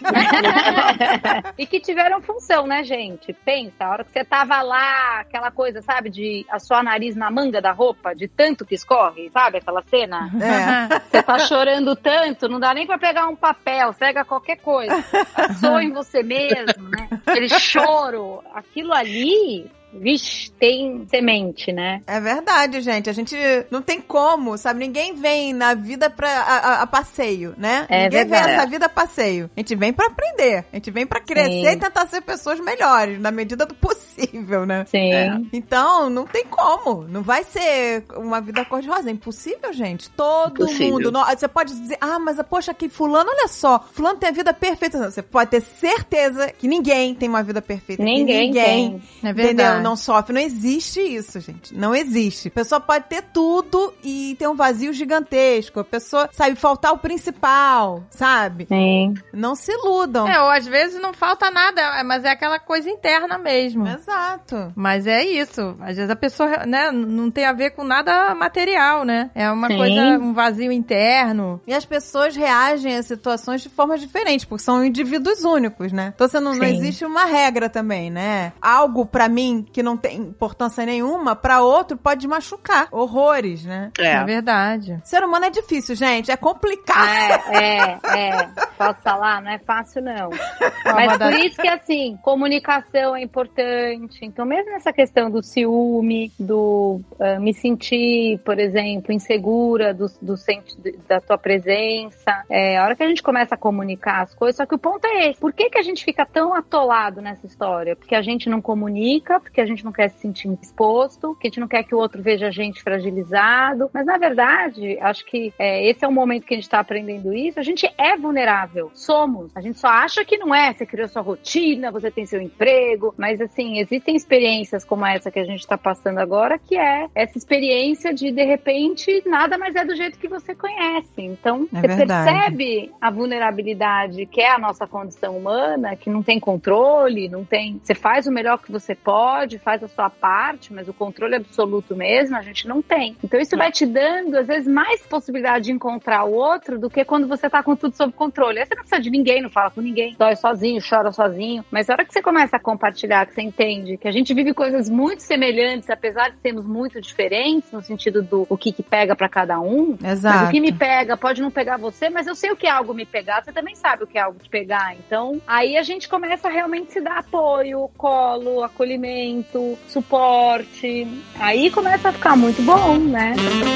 E que tiveram função, né, gente? Pensa, a hora que você tava lá, aquela coisa, sabe, de assoar nariz na manga da roupa, de tanto que escorre, sabe, aquela cena? É. Você tá chorando tanto, não dá nem pra pegar um papel, pega qualquer coisa. Assoa em você mesmo, né? Aquele choro, aquilo ali... Vixe, tem semente, né? É verdade, gente. A gente não tem como, sabe? Ninguém vem na vida pra, a, a, a passeio, né? É Ninguém verdade. vem essa vida a passeio. A gente vem pra aprender. A gente vem pra crescer Sim. e tentar ser pessoas melhores, na medida do possível, né? Sim. É. Então, não tem como. Não vai ser uma vida cor-de-rosa. É impossível, gente. Todo Impossível. mundo. Não, você pode dizer, ah, mas poxa, que fulano, olha só. Fulano tem a vida perfeita. Não, você pode ter certeza que ninguém tem uma vida perfeita. Que Ninguém ninguém tem. É entendeu? verdade. Não sofre. Não existe isso, gente. Não existe. A pessoa pode ter tudo e ter um vazio gigantesco. A pessoa, sabe, faltar o principal, sabe? Sim. Não se iludam. É, ou às vezes não falta nada, mas é aquela coisa interna mesmo. Exato. Mas é isso. Às vezes a pessoa, né, não tem a ver com nada material, né? É uma Sim. coisa, um vazio interno. E as pessoas reagem a situações de formas diferentes, porque são indivíduos únicos, né? Então, você não, não Sim. existe uma regra também, né? Algo pra mim que não tem importância nenhuma, pra outro pode machucar. Horrores, né? É, É. verdade. Ser humano é difícil, gente. É complicado. É, é, é. Posso falar? Não é fácil, não. Mas por isso que, assim, comunicação é importante. Então, mesmo nessa questão do ciúme, do uh, me sentir, por exemplo, insegura do, do senti- da tua presença, é, a hora que a gente começa a comunicar as coisas, só que o ponto é esse. Por que que a gente fica tão atolado nessa história? Porque a gente não comunica, porque a gente não quer se sentir exposto, porque a gente não quer que o outro veja a gente fragilizado. Mas, na verdade, acho que é, esse é o momento que a gente está aprendendo isso. A gente é vulnerável. Somos. A gente só acha que não é. Você criou sua rotina, você tem seu emprego. Mas, assim, existem experiências como essa que a gente está passando agora, que é essa experiência de, de repente, nada mais é do jeito que você conhece. Então, É você verdade. percebe a vulnerabilidade que é a nossa condição humana, que não tem controle, não tem... Você faz o melhor que você pode, faz a sua parte, mas o controle absoluto mesmo a gente não tem. Então isso vai te dando, às vezes, mais possibilidade de encontrar o outro do que quando você tá com tudo sob controle. Aí você não precisa de ninguém, não fala com ninguém, dói sozinho, chora sozinho. Mas a hora que você começa a compartilhar, que você entende que a gente vive coisas muito semelhantes, apesar de sermos muito diferentes, no sentido do o que que pega pra cada um. Exato. Mas o que me pega pode não pegar você, mas eu sei o que é algo me pegar, você também sabe o que é algo te pegar. Então, aí a gente começa a realmente se dar apoio, colo, acolhimento, suporte. Aí começa a ficar muito bom, né?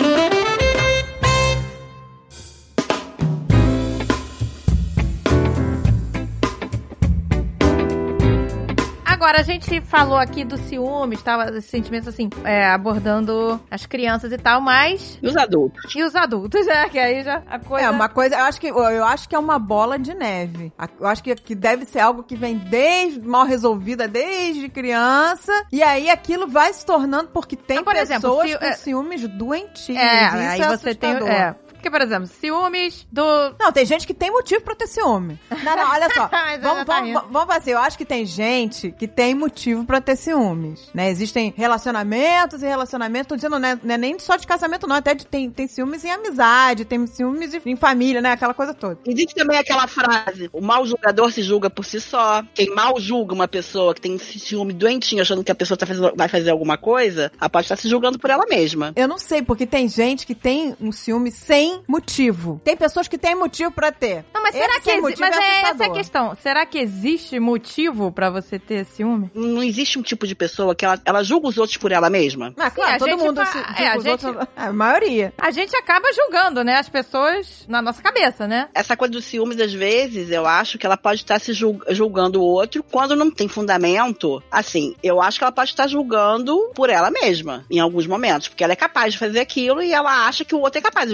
Agora, a gente falou aqui do ciúmes, tava, esses sentimentos assim, é, abordando as crianças e tal, mas... E os adultos? E os adultos, né? Que aí já a coisa... É uma coisa, eu acho que eu acho que é uma bola de neve. Eu acho que, que deve ser algo que vem desde mal resolvida desde criança, e aí aquilo vai se tornando porque tem Ah, por pessoas exemplo, ci- com é- ciúmes doentios. É, Isso aí é você tem... assustador. É, porque, por exemplo, ciúmes do... Não, tem gente que tem motivo pra ter ciúme. Não, não, olha só. Mas ela vamos, tá vamos, rindo. vamos assim, eu acho que tem gente que tem motivo pra ter ciúmes, né? Existem relacionamentos e relacionamentos, tô dizendo, né, não é nem só de casamento não, até de, tem, tem ciúmes em amizade, tem ciúmes em família, né? Aquela coisa toda. Existe também aquela frase, o mau julgador se julga por si só. Quem mal julga uma pessoa que tem esse ciúme doentinho, achando que a pessoa tá fazendo, vai fazer alguma coisa, ela pode estar se julgando por ela mesma. Eu não sei, porque tem gente que tem um ciúme sem motivo. Tem pessoas que têm motivo pra ter. Não, mas será Esse que... sem exi- motivo Mas é essa a assustador. questão. Será que existe motivo pra você ter ciúme? Não existe um tipo de pessoa que ela, ela julga os outros por ela mesma. Ah, claro, Sim, a todo gente mundo fa- se, é, julga a os gente- outros, a maioria. A gente acaba julgando, né? As pessoas na nossa cabeça, né? Essa coisa dos ciúmes, às vezes, eu acho que ela pode estar se jul- julgando o outro quando não tem fundamento. Assim, eu acho que ela pode estar julgando por ela mesma, em alguns momentos, porque ela é capaz de fazer aquilo e ela acha que o outro é capaz. Às vezes o outro não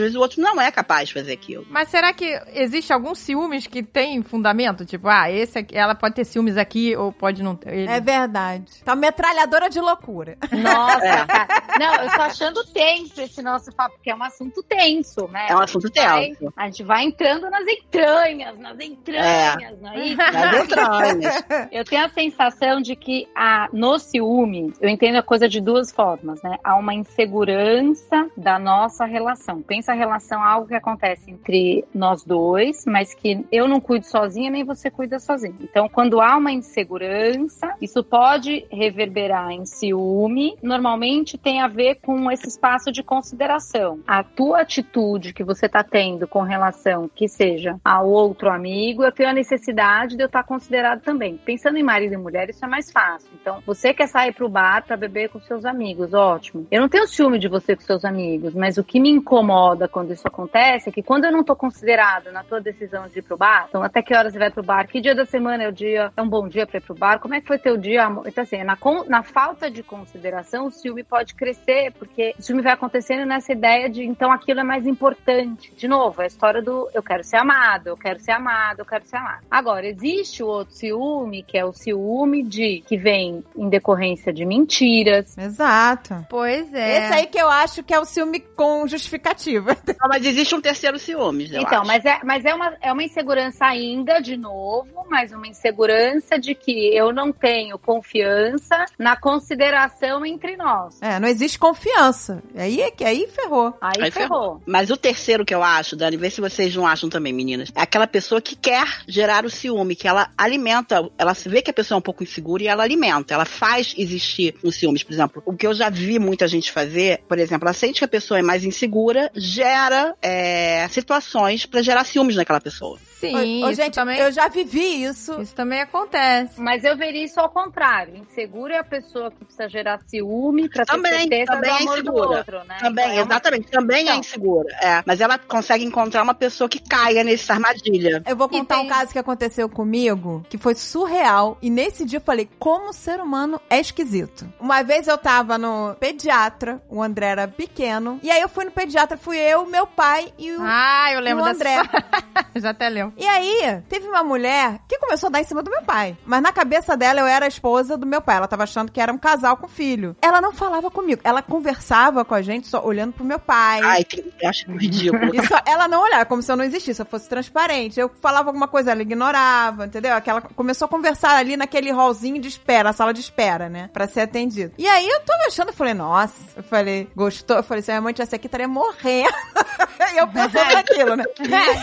não é capaz de fazer aquilo. Mas será que existe algum ciúmes que tem fundamento? Tipo, ah, esse aqui, ela pode ter ciúmes aqui ou pode não ter. Ele... É verdade. Tá metralhadora de loucura. Nossa, É. cara. Não, eu tô achando tenso esse nosso papo, porque é um assunto tenso, né? É um assunto Vai- tenso. A gente vai entrando nas entranhas, nas entranhas, não é isso? Nas entranhas. Eu tenho a sensação de que a, no ciúme, eu entendo a coisa de duas formas, né? Há uma insegurança da nossa relação. Pensa a relação, algo que acontece entre nós dois, mas que eu não cuido sozinha, nem você cuida sozinho. Então, quando há uma insegurança, isso pode reverberar em ciúme. Normalmente tem a ver com esse espaço de consideração. A tua atitude que você tá tendo com relação que seja ao outro amigo, eu tenho a necessidade de eu estar considerado também. Pensando em marido e mulher, isso é mais fácil. Então, você quer sair pro bar pra beber com seus amigos, ótimo. Eu não tenho ciúme de você com seus amigos, mas o que me incomoda quando isso acontece é que quando eu não tô considerado na tua decisão de ir pro bar, então até que horas você vai pro bar, que dia da semana é o dia, é um bom dia pra ir pro bar, como é que foi teu dia, amor? Então assim, na, con- na falta de consideração, o ciúme pode crescer, porque o ciúme vai acontecendo nessa ideia de, então aquilo é mais importante. De novo, é a história do eu quero ser amado, eu quero ser amado, eu quero ser amado. Agora, existe o outro ciúme, que é o ciúme de, que vem em decorrência de mentiras. Exato. Pois é. Esse aí que eu acho que é o ciúme com justificativa. Não, mas existe um terceiro ciúmes, eu Então, acho. mas, é, mas é, uma, é uma insegurança ainda, de novo, mas uma insegurança de que eu não tenho confiança na consideração entre nós. É, não existe confiança. Aí é que aí ferrou. Aí, Aí ferrou. Mas o terceiro que eu acho, Dani, vê se vocês não acham também, meninas, é aquela pessoa que quer gerar o ciúme, que ela alimenta, ela vê que a pessoa é um pouco insegura e ela alimenta, ela faz existir os ciúmes, por exemplo. O que eu já vi muita gente fazer, por exemplo, ela sente que a pessoa é mais insegura, gera é, situações pra gerar ciúmes naquela pessoa. Sim, Ô, ô, isso gente, também... eu já vivi isso. Isso também acontece. Mas eu veria isso ao contrário. Insegura é a pessoa que precisa gerar ciúme pra ter Também, certeza também do é amor do insegura. outro, né? Também, Então, é uma- exatamente, também é Então. insegura. É, mas ela consegue encontrar uma pessoa que caia nessa armadilha. Eu vou E contar tem- um caso que aconteceu comigo, que foi surreal. E nesse dia eu falei, como o ser humano é esquisito. Uma vez eu tava no pediatra, o André era pequeno. E aí eu fui no pediatra, fui eu, meu pai e o, Ah, eu lembro e o dessa André. história. Já até lembro. E aí, teve uma mulher que começou a dar em cima do meu pai. Mas na cabeça dela, eu era a esposa do meu pai. Ela tava achando que era um casal com filho. Ela não falava comigo. Ela conversava com a gente só olhando pro meu pai. Ai, que- eu acho ridículo. Isso, ela não olhava, como se eu não existisse, eu fosse transparente. Eu falava alguma coisa, ela ignorava, entendeu? Aquela começou a conversar ali naquele hallzinho de espera, a sala de espera, né? Pra ser atendido. E aí eu tô achando, eu falei, nossa, eu falei, gostou? Eu falei, se a minha mãe tivesse aqui, estaria morrendo. E eu pensando naquilo, né?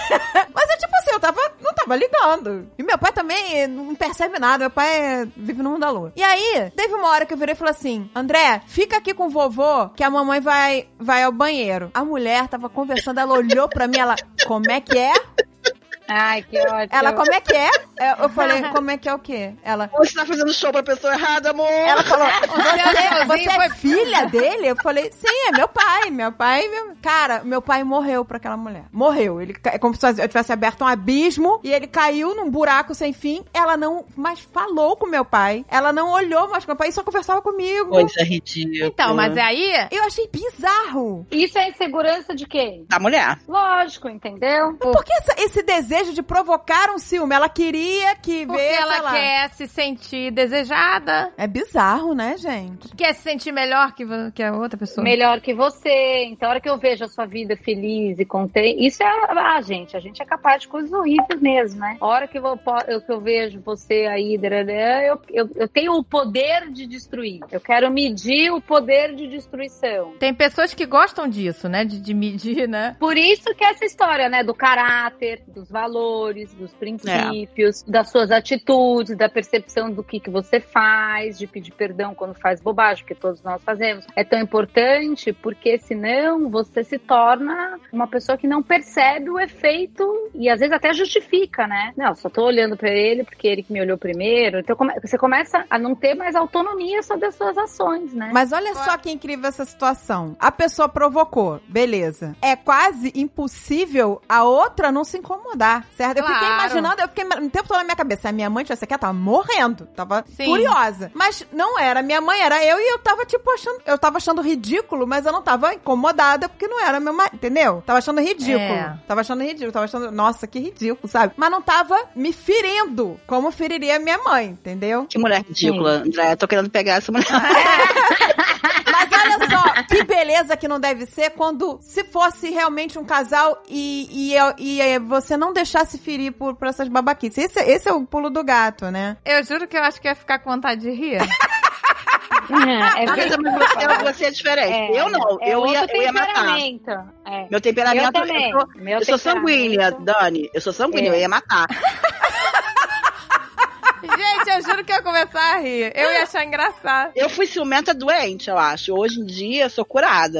Mas é tipo assim, eu tava, não tava ligando. E meu pai também não percebe nada, meu pai é- vive no mundo da lua. E aí, teve uma hora que eu virei e falei assim, André, fica aqui com o vovô, que a mamãe vai, vai ao banheiro. A mulher tava conversando, ela olhou pra mim, ela, como é que é? Ai, que ótimo. Ela, como é que é? Eu falei, como é que é o quê? Ela, Você tá fazendo show pra pessoa errada, amor? ela falou, você, você foi- é filha dele? Eu falei, sim, é meu pai. Meu pai, meu... Cara, meu pai morreu pra aquela mulher. Morreu. Ele, ca- é como se eu tivesse aberto um abismo e ele caiu num buraco sem fim. Ela não mais falou com meu pai. Ela não olhou mais com meu pai e só conversava comigo. Coisa ridícula. Então, mas aí... Eu achei bizarro. Isso é insegurança de quem? Da mulher. Lógico, entendeu? Por que essa- esse desejo de provocar um ciúme? Ela queria que Porque vê, sei ela lá. quer se sentir desejada, É bizarro, né, gente? quer se sentir melhor que, vo- que a outra pessoa. Melhor que você. Então, a hora que eu vejo a sua vida feliz e contente, isso é, ah, gente, a gente é capaz de coisas horríveis mesmo, né? A hora que eu, po- eu- que eu vejo você aí, darará, eu, eu, eu tenho o poder de destruir. Eu quero medir o poder de destruição. Tem pessoas que gostam disso, né? De, de medir, né? Por isso que essa história, né, do caráter, dos valores, dos princípios, das suas atitudes, da percepção do que, que você faz, de pedir perdão quando faz bobagem, que todos nós fazemos, é tão importante, porque senão você se torna uma pessoa que não percebe o efeito e às vezes até justifica, né? Não, só tô olhando pra ele porque ele que me olhou primeiro. Então come- você começa a não ter mais autonomia sobre as suas ações, né? Mas olha só que incrível essa situação. A pessoa provocou, beleza. É quase impossível a outra não se incomodar, certo? Eu fiquei Claro. imaginando, eu fiquei um tempo tempo todo na minha cabeça. Se a minha mãe tivesse aqui, ela tava morrendo. Tava Sim. furiosa. Mas não era minha mãe, era eu. E eu tava, tipo, achando... Eu tava achando ridículo, mas eu não tava incomodada porque não era meu marido, entendeu? Tava achando ridículo. É. Tava achando ridículo. Tava achando... Nossa, que ridículo, sabe? Mas não tava me ferindo como feriria minha mãe, entendeu? Que mulher ridícula, André. Eu tô querendo pegar essa mulher. Mas olha só, que beleza que não deve ser quando, se fosse realmente um casal e, e, eu- e, eh, você não deixasse ferir por, por essas babaquices. Esse, esse é o pulo do gato, né? Eu juro que eu acho que ia ficar com vontade de rir. É, Mas bem- você, você é diferente. É, eu não, é eu, ia, outro eu ia matar. temperamento. É. Meu temperamento... Eu também. Eu sou, Meu eu sou temperamento- sanguínea, Dani. Eu sou sanguínea, É. eu ia matar. Gente, eu juro que eu ia começar a rir. Eu ia achar engraçado. Eu fui ciumenta doente, eu acho. Hoje em dia, eu sou curada.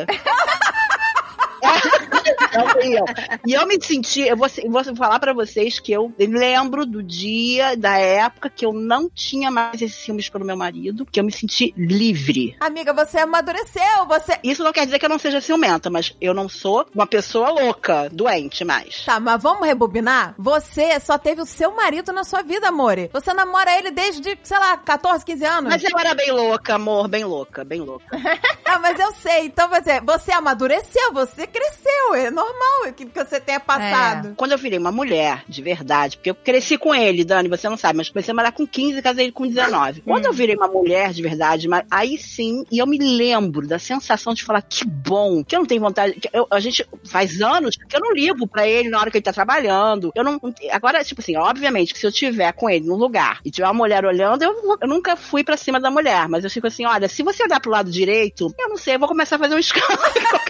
E eu me senti, eu vou, eu vou falar pra vocês que eu lembro do dia, da época que eu não tinha mais esses ciúmes pelo meu marido, que eu me senti livre. Amiga, você amadureceu, você... Isso não quer dizer que eu não seja ciumenta, mas eu não sou uma pessoa louca, doente mais. Tá, mas vamos rebobinar? Você só teve o seu marido na sua vida, amore. Você namora ele desde, sei lá, catorze, quinze anos. Mas eu era bem louca, amor, bem louca, bem louca. Ah, mas eu sei. Então, você, você amadureceu, você cresceu. É normal que, que você tenha passado. Quando eu virei uma mulher, de verdade, porque eu cresci com ele, Dani, você não sabe, mas comecei a morar com quinze e casei com dezenove. Quando eu virei uma mulher de verdade, mas aí sim, e eu me lembro da sensação de falar, que bom, que eu não tenho vontade, que eu- a gente faz anos que eu não ligo pra ele na hora que ele tá trabalhando. Eu não, agora, tipo assim, obviamente que se eu tiver com ele num lugar e tiver uma mulher olhando, eu, eu nunca fui pra cima da mulher, mas eu fico assim, olha, se você olhar pro lado direito, eu não sei, eu vou começar a fazer um escândalo.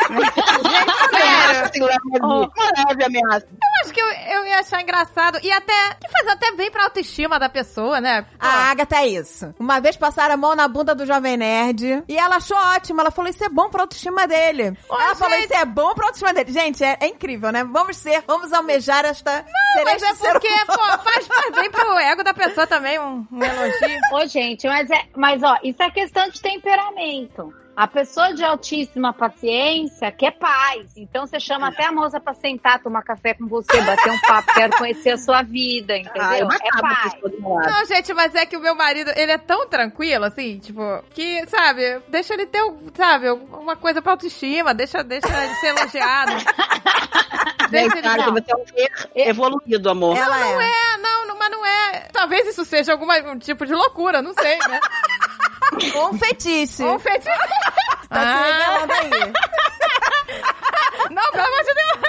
Sério. Assim, leve, uma leve ameaça. Eu acho que eu, eu ia achar engraçado. E até. Que faz até bem pra autoestima da pessoa, né? Pô, A Agatha é isso. Uma vez passaram a mão na bunda do Jovem Nerd e ela achou ótimo. Ela falou, isso é bom pra autoestima dele. Ô, ela gente. falou, isso é bom pra autoestima dele. Gente, é, é incrível, né? Vamos ser, vamos almejar esta... Não, mas é porque, pô, faz, faz bem pro ego da pessoa também, um, um elogio. Ô, gente, mas, é, mas ó, isso é questão de temperamento. A pessoa de altíssima paciência quer paz. Então você chama até a moça pra sentar, tomar café com você, bater um papo, quero conhecer a sua vida, entendeu? Ah, eu é matava a paz. pessoa do meu lado. Não, gente, mas é que o meu marido, ele é tão tranquilo, assim, tipo, que, sabe, deixa ele ter, sabe, uma coisa pra autoestima, deixa, deixa ele ser elogiado. Bem, deixa ele... cara, Não, você é um ser evoluído, amor. Ela não é. é, não, não, mas não é. Talvez isso seja algum um tipo de loucura, não sei, né? Ou um fetiche. Ou um fetiche. Tá se revelando aí. Não, pelo amor de Deus.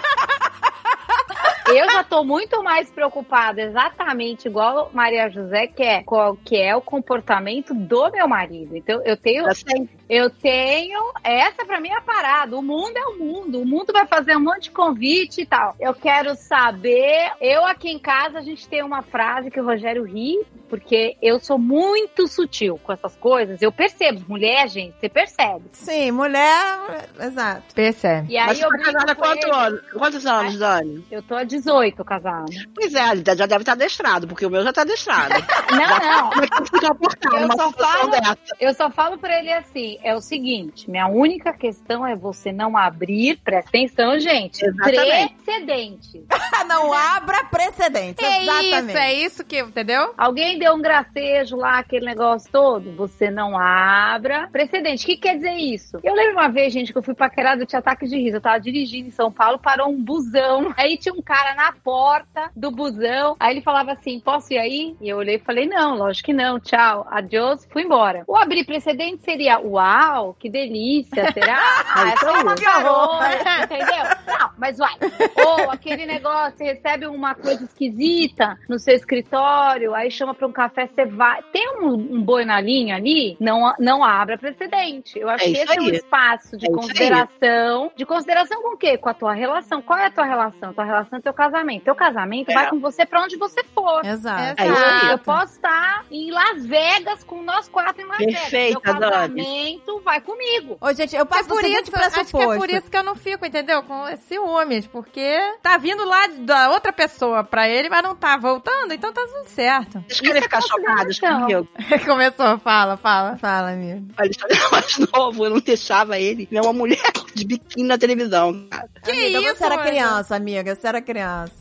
Eu já tô muito mais preocupada, exatamente igual Maria José, que é qual que é o comportamento do meu marido. Então, eu tenho, Eu sei. eu tenho, essa pra mim é a parada. O mundo é o mundo. O mundo vai fazer um monte de convite e tal. Eu quero saber. Eu aqui em casa, a gente tem uma frase que o Rogério ri, porque eu sou muito sutil com essas coisas. Eu percebo. Mulher, gente, você percebe. Sim, mulher... Exato. Percebe. E aí Mas você eu tá brinco casada há com quanto ele. anos? Quantos anos, Dani? Eu tô há dezoito casada. Pois é, ele já deve estar adestrado, porque o meu já tá adestrado. Não, não. Como é que tem que se comportar Eu numa só situação falo- dessa? Eu só falo pra ele assim, é o seguinte, minha única questão é você não abrir, presta atenção, gente, Exatamente. precedente. Não abra precedentes. É Exatamente. isso, é isso que, entendeu? Alguém deu um gracejo lá, aquele negócio todo, você não abra precedente. O que quer dizer isso? Eu lembro uma vez, gente, que eu fui paquerada, eu tinha ataque de riso, eu tava dirigindo em São Paulo, parou um busão, aí tinha um cara na porta do busão, aí ele falava assim, posso ir aí? E eu olhei e falei, não, lógico que não, tchau, adiós, fui embora. O abrir precedente seria, uau, que delícia, será? Ah, é só uma garota, entendeu? Não, mas vai. Ou aquele negócio, você recebe uma coisa esquisita no seu escritório, aí chama pra um café, você vai. Tem um, um boi na linha ali, não, não abra precedente. Eu acho É que isso esse é um aí. espaço de É isso consideração. De consideração com o quê? Com a tua relação. Qual é a tua relação? Tua relação é teu casamento. Teu casamento É. vai com você pra onde você for. Exato. É isso aí. Eu posso estar em Las Vegas com nós quatro em Las Perfeita, Vegas. Meu Dani. casamento vai comigo. Ô, gente, eu É passo do por seguinte isso, acho que é pressuposto. por isso que eu não fico, entendeu? Com ciúmes, porque tá vindo lá da outra pessoa pra ele, mas não tá voltando, então tá tudo certo. Vocês querem Isso é ficar chocados consideração. comigo? Começou, fala, fala. Fala, amigo. Olha, ele era mais novo, eu não deixava ele ver uma mulher de biquíni na televisão, cara. Que amiga, isso, você era mano? criança, amiga. Você era criança.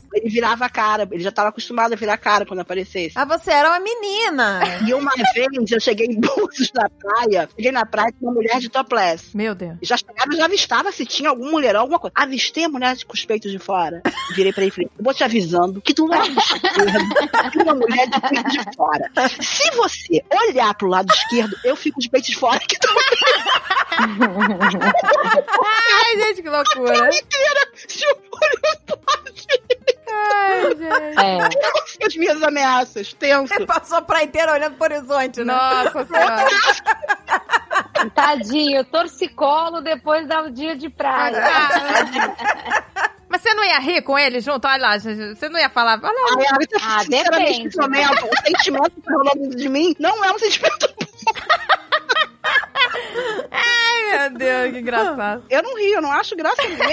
ele virava a cara. Ele já tava acostumado a virar a cara quando aparecesse. Ah, você era uma menina. E uma vez eu cheguei em Búzios na praia, cheguei na praia com uma mulher de topless. Meu Deus. Já chegava, já avistava se tinha algum mulherão, alguma coisa. Avistei a mulher com os peitos de fora. Virei pra ele e falei, eu vou te avisando que tu não é uma mulher de peitos de fora. Se você olhar pro lado esquerdo, eu fico de peitos de fora que tu... Ai, gente, que loucura. A inteira se olhando pro lado direito. Ai, gente. É. As minhas ameaças, tenso. Você passou pra inteira olhando pro horizonte, né? Nossa senhora. Tadinho, torcicolo depois do dia de praia. Mas você não ia rir com ele junto? Olha lá, você não ia falar... Olha lá. Ah, Ah, sinceramente, depende. nesse momento, o sentimento que tá rolando de mim não é um sentimento bom. Ai, meu Deus, que engraçado. Eu não rio, eu não acho graça nenhuma.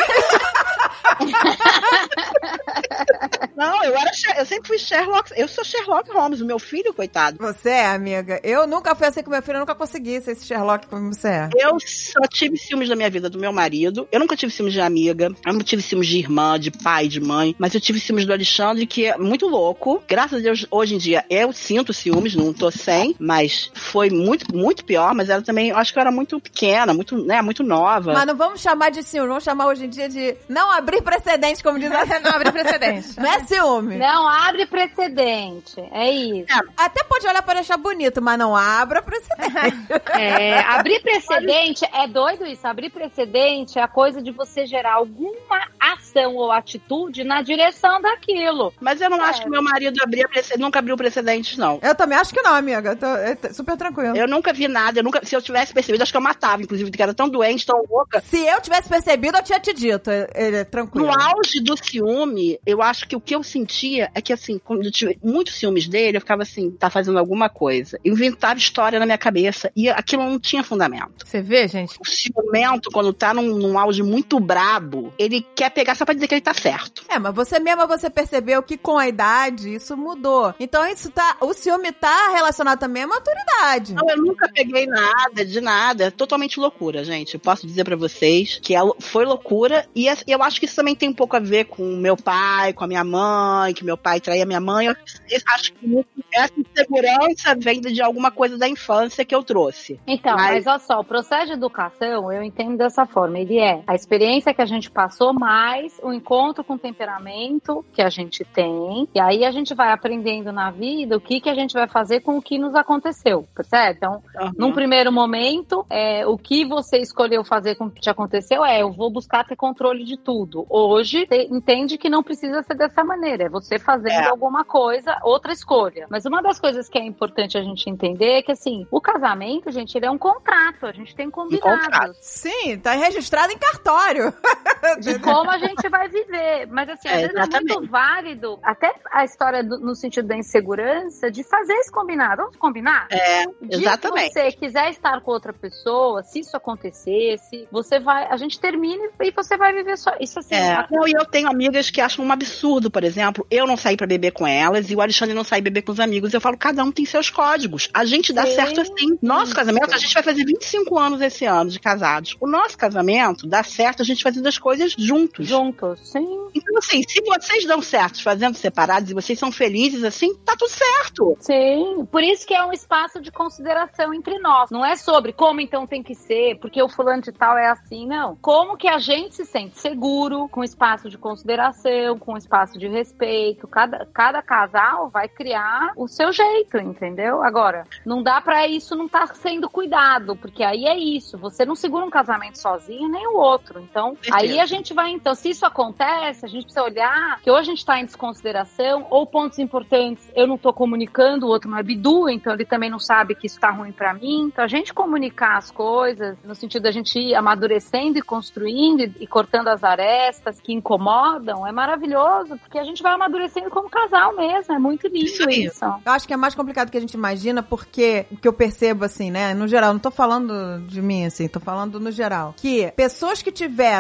Não, eu era eu sempre fui Sherlock. Eu sou Sherlock Holmes, o meu filho, coitado. Você é, amiga. Eu nunca fui assim com meu filho, eu nunca consegui ser esse Sherlock como você é. Eu só tive ciúmes da minha vida do meu marido. Eu nunca tive ciúmes de amiga. Eu não tive ciúmes de irmã, de pai, de mãe. Mas eu tive ciúmes do Alexandre, que é muito louco. Graças a Deus, hoje em dia, eu sinto ciúmes, não tô sem. Mas foi muito, muito pior. Mas ela também, eu acho que eu era muito pequena, muito, né, muito nova. Mas não vamos chamar de ciúme, vamos chamar hoje em dia de não abrir precedente, como diz a... Não abre precedente. Não é ciúme. Não abre precedente. É isso. Até pode olhar para achar bonito, mas não abra precedente. É, abrir precedente é doido isso. Abrir precedente é a coisa de você gerar alguma ação ou atitude na direção daquilo. Mas eu não É. acho que meu marido abria precedente, nunca abriu precedentes, não. Eu também acho que não, amiga. Eu tô, eu tô super tranquilo. Eu nunca vi nada, eu nunca, se eu tivesse percebido, acho que eu matava, inclusive, porque era tão doente, tão louca. Se eu tivesse percebido, eu tinha te dito. Ele é tranquilo. No auge do ciúme, eu acho que o que eu sentia é que, assim, quando eu tive muitos ciúmes dele, eu ficava assim, tá fazendo alguma coisa. Eu inventava história na minha cabeça e aquilo não tinha fundamento. Você vê, gente? O ciumento, quando tá num, num auge muito brabo, ele quer pegar só pra dizer que ele tá certo. É, mas você mesma, você percebeu que com a idade isso mudou. Então isso tá, o ciúme tá relacionado também à maturidade. Não, eu nunca peguei nada, de nada. É totalmente loucura, gente. Eu posso dizer pra vocês que foi loucura e eu acho que isso também tem um pouco a ver com o meu pai, com a minha mãe, que meu pai traía minha mãe. Eu acho que essa insegurança vem de alguma coisa da infância que eu trouxe. Então, mas, mas olha só, o processo de educação, eu entendo dessa forma, ele é a experiência que a gente passou, mais o encontro com o temperamento que a gente tem, e aí a gente vai aprendendo na vida o que, que a gente vai fazer com o que nos aconteceu, percebe? Então, uhum. Num primeiro momento, é, o que você escolheu fazer com o que te aconteceu é, eu vou buscar ter controle de tudo. Hoje, você entende que não precisa ser dessa maneira, é você fazendo é. alguma coisa, outra escolha. Mas uma das coisas que é importante a gente entender é que, assim, o casamento, gente, ele é um contrato, a gente tem combinados. Sim, tá registrado em cartório. De como a gente vai viver. Mas, assim, às é, vezes é muito válido, até a história do, no sentido da insegurança, de fazer esse combinado. Vamos combinar? É, exatamente. Se você quiser estar com outra pessoa, se isso acontecesse, você vai, a gente termina e você vai viver só isso, assim. É. A... Não, e eu tenho amigas que acham um absurdo, por exemplo, eu não sair pra beber com elas e o Alexandre não sair beber com os amigos. Eu falo, cada um tem seus códigos. A gente dá Sim. certo assim. Nosso casamento, a gente vai fazer vinte e cinco anos esse ano de casados. O nosso casamento dá certo a gente fazendo as coisas juntos. Juntos, sim. Então, assim, se vocês dão certo fazendo separados e vocês são felizes assim, tá tudo certo. Sim. Por isso que é um espaço de consideração entre nós. Não é sobre como então tem que ser, porque o fulano de tal é assim, não. Como que a gente se sente seguro, com espaço de consideração, com espaço de respeito. Cada, cada casal vai criar o seu jeito, entendeu? Agora, não dá pra isso não estar tá sendo cuidado, porque aí é isso. Você não segura um casamento sozinho, nem o outro. Então, Perfeito. Aí a gente vai, então, se isso acontece, a gente precisa olhar que ou a gente tá em desconsideração, ou pontos importantes, eu não tô comunicando, o outro não é bidu, então ele também não sabe que isso tá ruim pra mim. Então, a gente comunicar as coisas, no sentido da gente ir amadurecendo e construindo e, e cortando as arestas que incomodam, é maravilhoso, porque a gente vai amadurecendo como casal mesmo, é muito lindo isso. isso. Eu acho que é mais complicado do que a gente imagina, porque o que eu percebo, assim, né, no geral, não tô falando de mim, assim, tô falando no geral, que pessoas que tiveram, viveram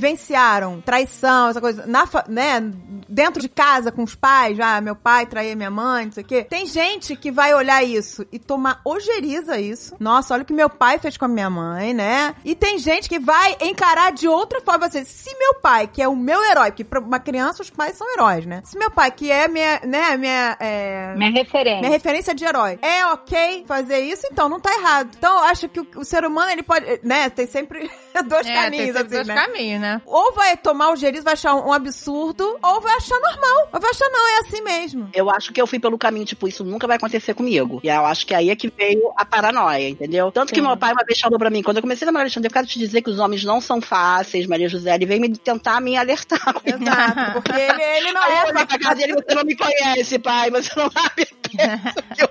vivenciaram traição, essa coisa, na, né, dentro de casa com os pais, já, meu pai traía minha mãe, não sei o quê. Tem gente que vai olhar isso e tomar ojeriza isso. Nossa, olha o que meu pai fez com a minha mãe, né? E tem gente que vai encarar de outra forma. Assim, se meu pai, que é o meu herói, porque pra uma criança os pais são heróis, né? Se meu pai, que é minha, né, minha... É, minha referência. Minha referência de herói. É ok fazer isso, então não tá errado. Então eu acho que o, o ser humano, ele pode, né, tem sempre dois é, caminhos, tem assim, dois né? caminhos, né? Ou vai tomar o gerizo, vai achar um, um absurdo, ou vai achar normal. Ou vai achar, não, é assim mesmo. Eu acho que eu fui pelo caminho, tipo, isso nunca vai acontecer comigo. E eu acho que aí é que veio a paranoia, entendeu? Tanto Sim. que meu pai uma vez falou pra mim, quando eu comecei a namorar Alexandre, eu quero te dizer que os homens não são fáceis, Maria José, ele veio me tentar me alertar. Exato, porque ele, ele não aí é... Eu olhei pra casa dele, você não me conhece, pai, você não sabe que eu...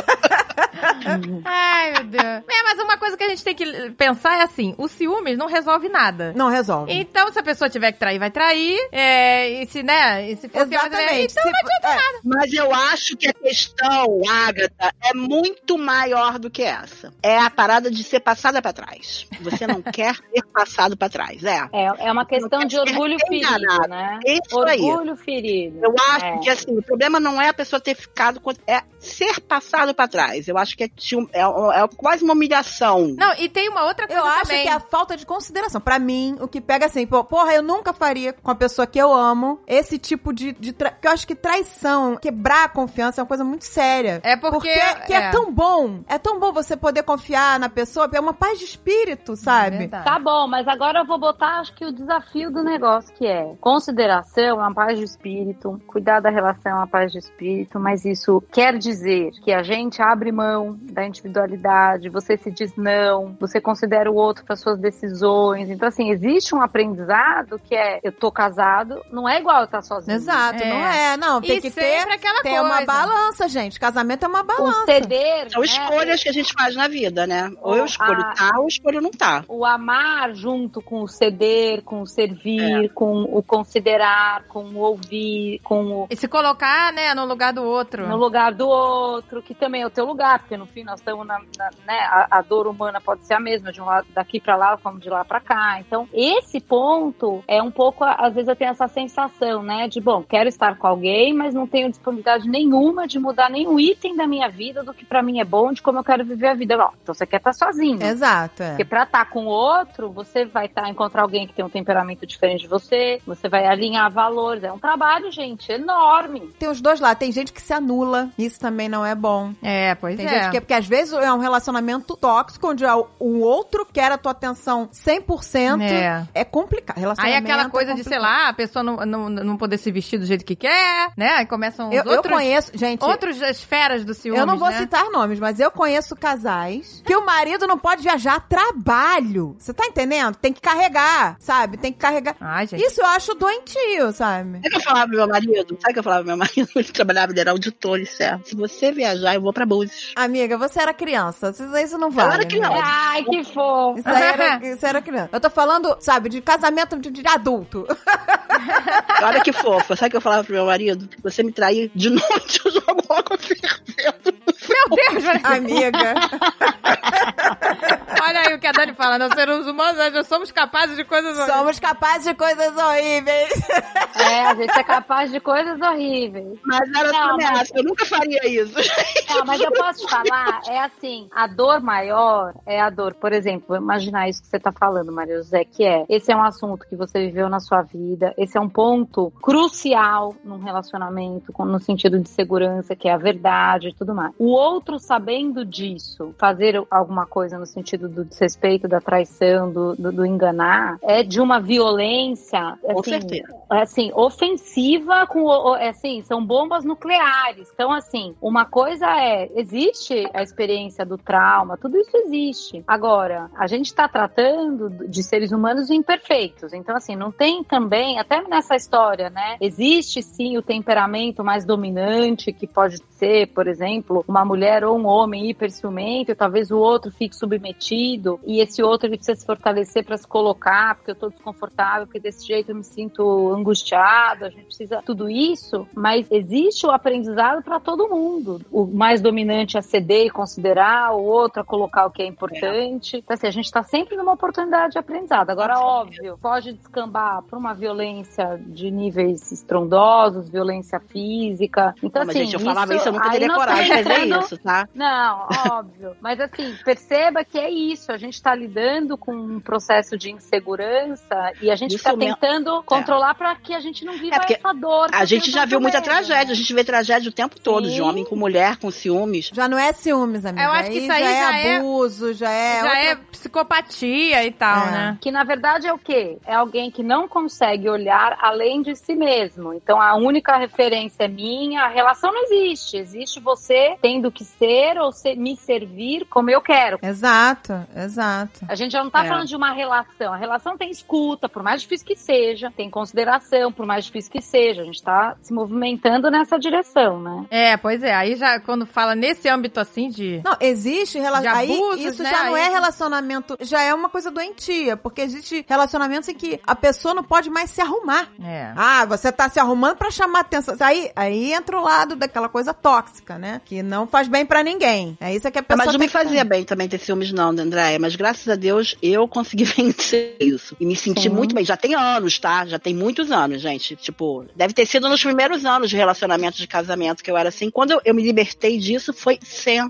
Ai, meu Deus. É, mas uma coisa que a gente tem que pensar é assim, o ciúmes não resolve nada. Não resolve. Então, se a pessoa tiver que trair, vai trair. É, e se, né, e se for Exatamente. Pior, então se, não adianta é. nada. Mas eu acho que a questão, Agatha, é muito maior do que essa. É a parada de ser passada pra trás. Você não quer ser passado pra trás, é. É, é uma questão de orgulho ferido, né? Isso orgulho aí. ferido. Eu acho é. que, assim, o problema não é a pessoa ter ficado... Com, é ser passado pra trás. Eu acho que é, é, é quase uma humilhação. Não, e tem uma outra coisa Eu acho também. que é a falta de consideração. Pra mim, o que pega assim, pô, porra, eu nunca faria com a pessoa que eu amo esse tipo de... de tra... Porque eu acho que traição, quebrar a confiança é uma coisa muito séria. É porque... Porque é, que é. é tão bom. É tão bom você poder confiar na pessoa. É uma paz de espírito, sabe? É tá bom, mas agora eu vou botar, acho que o desafio do negócio, que é consideração é uma paz de espírito, cuidar da relação é uma paz de espírito, mas isso quer dizer que a gente abre mão da individualidade, você se diz não, você considera o outro para suas decisões. Então, assim, existe um aprendizado que é, eu tô casado, não é igual eu estar sozinho. Exato, É. não é, não. Tem E que sempre ter aquela tem coisa. uma balança, gente. Casamento é uma O balança. ceder, São né? escolhas que a gente faz na vida, né? Ou eu escolho a- tá, ou eu escolho não tá. O amar junto com o ceder, com o servir, É. com o considerar, com o ouvir, com o E se colocar, né, no lugar do outro. no lugar do outro, que também é o teu lugar, porque no fim nós estamos na, na né, a, a dor humana pode ser a mesma, de um lado daqui pra lá, como de lá pra cá. Então, esse ponto é um pouco, às vezes eu tenho essa sensação, né, de, bom, quero estar com alguém, mas não tenho disponibilidade nenhuma de mudar nenhum item da minha vida, do que pra mim é bom, de como eu quero viver a vida. Bom, então você quer estar sozinho. Exato, é. Porque pra estar com o outro, você vai estar, encontrar alguém que tem um temperamento diferente de você, você vai alinhar valores. É um trabalho, gente, enorme. Tem os dois lá. Tem gente que se anula. Isso também não é bom. É, pois Tem é. gente que é... Porque às vezes é um relacionamento tóxico, onde o outro quer a tua atenção cem por cento. É. É complicado. Aí Relacionamento aquela coisa é de, sei complicado. lá, a pessoa não, não, não poder se vestir do jeito que quer, né? Aí começam os Eu, eu outros... conheço, gente... Outras esferas do ciúmes, Eu não vou né? citar nomes, mas eu conheço casais que o marido não pode viajar a trabalho. Você tá entendendo? Tem que carregar, sabe? Tem que carregar. Ai, gente. Isso eu acho doentio, sabe? Sabe o que eu falava pro meu marido? Sabe o que eu falava pro meu marido? Ele trabalhava, ele era auditor, certo? Se você viajar, eu vou pra Búzios. Amiga, você era criança. Isso, isso não vale. era criança. amiga. Ai, que fofo. Isso aí era, isso era criança. Eu tô falando, sabe, de casamento de, de adulto. Olha que fofa. Sabe o que eu falava pro meu marido? Se você me trair de noite, eu jogo água fervendo. Meu Deus, Maria. Amiga. Olha aí o que a Dani fala. Nós seres humanos, nós já somos capazes de coisas horríveis. Somos capazes de coisas horríveis. É, a gente é capaz de coisas horríveis. Mas era Não, ameaça. mas- Eu nunca faria isso. Não, mas eu posso te falar, é assim, a dor maior é a dor, por exemplo, vou imaginar isso que você tá falando, Maria José, que é, esse é um assunto que você viveu na sua vida, esse é um ponto crucial num relacionamento, com- no sentido de segurança, que é a verdade e tudo mais. O outro, sabendo disso, fazer alguma coisa no sentido do desrespeito, da traição, do, do, do enganar, é de uma violência, Com assim, certeza. assim, ofensiva, com, o- o- assim, são bombas nucleares. Então, assim, uma coisa é, existe a experiência do trauma, tudo isso existe. Agora, a gente está tratando de seres humanos imperfeitos. Então, assim, não tem também, até nessa história, né? Existe sim o temperamento mais dominante, que pode ser, por exemplo, uma mulher ou um homem hiper ciumento, e talvez o outro fique submetido protegido e esse outro ele precisa se fortalecer para se colocar, porque eu tô desconfortável, porque desse jeito eu me sinto angustiado, a gente precisa tudo isso, mas existe o aprendizado para todo mundo. O mais dominante a ceder e considerar, o outro a colocar o que é importante. É. Então, assim, a gente tá sempre numa oportunidade de aprendizado. Agora, óbvio, pode descambar para uma violência de níveis estrondosos, violência física. Então, não, assim, mas, gente, eu falava isso, eu nunca aí teria nós coragem de fazer tentando- isso, tá? Não, óbvio. Mas assim, perceba que é isso. A gente está lidando com um processo de insegurança e a gente Isso fica mesmo. tentando controlar para que a gente não viva É porque essa dor. A gente já viu muita tragédia. tragédia, a gente vê tragédia o tempo todo, Sim. de homem com mulher, com ciúmes. Já não é ciúmes, amiga. Eu acho que isso aí já, já é é- abuso, já é... Já outra- é psicopatia e tal, É. né? Que na verdade é o quê? É alguém que não consegue olhar além de si mesmo. Então a única referência é minha, a relação não existe. Existe você tendo que ser ou ser, me servir como eu quero. Exato, exato. A gente já não tá É. falando de uma relação. A relação tem escuta, por mais difícil que seja, tem consideração, por mais difícil que seja. A gente tá se movimentando nessa direção, né? É, pois é. Aí já, quando fala nesse âmbito assim de... Não, existe relacionamento. De Aí abusos, isso né? já não Aí- é relacionamento, já é uma coisa doentia, porque existe relacionamentos em que a pessoa não pode mais se arrumar. É. Ah, você tá se arrumando pra chamar atenção. Aí, aí entra o lado daquela coisa tóxica, né? Que não faz bem pra ninguém. É isso que a Ah, pessoa mas não tem me que- fazia bem também ter ciúmes não, Andréia, mas graças a Deus eu consegui vencer isso. E me senti Sim. muito bem. Já tem anos, tá? Já tem muitos anos, gente. Tipo, deve ter sido nos primeiros anos de relacionamento, de casamento, que eu era assim. Quando eu, eu me libertei disso, foi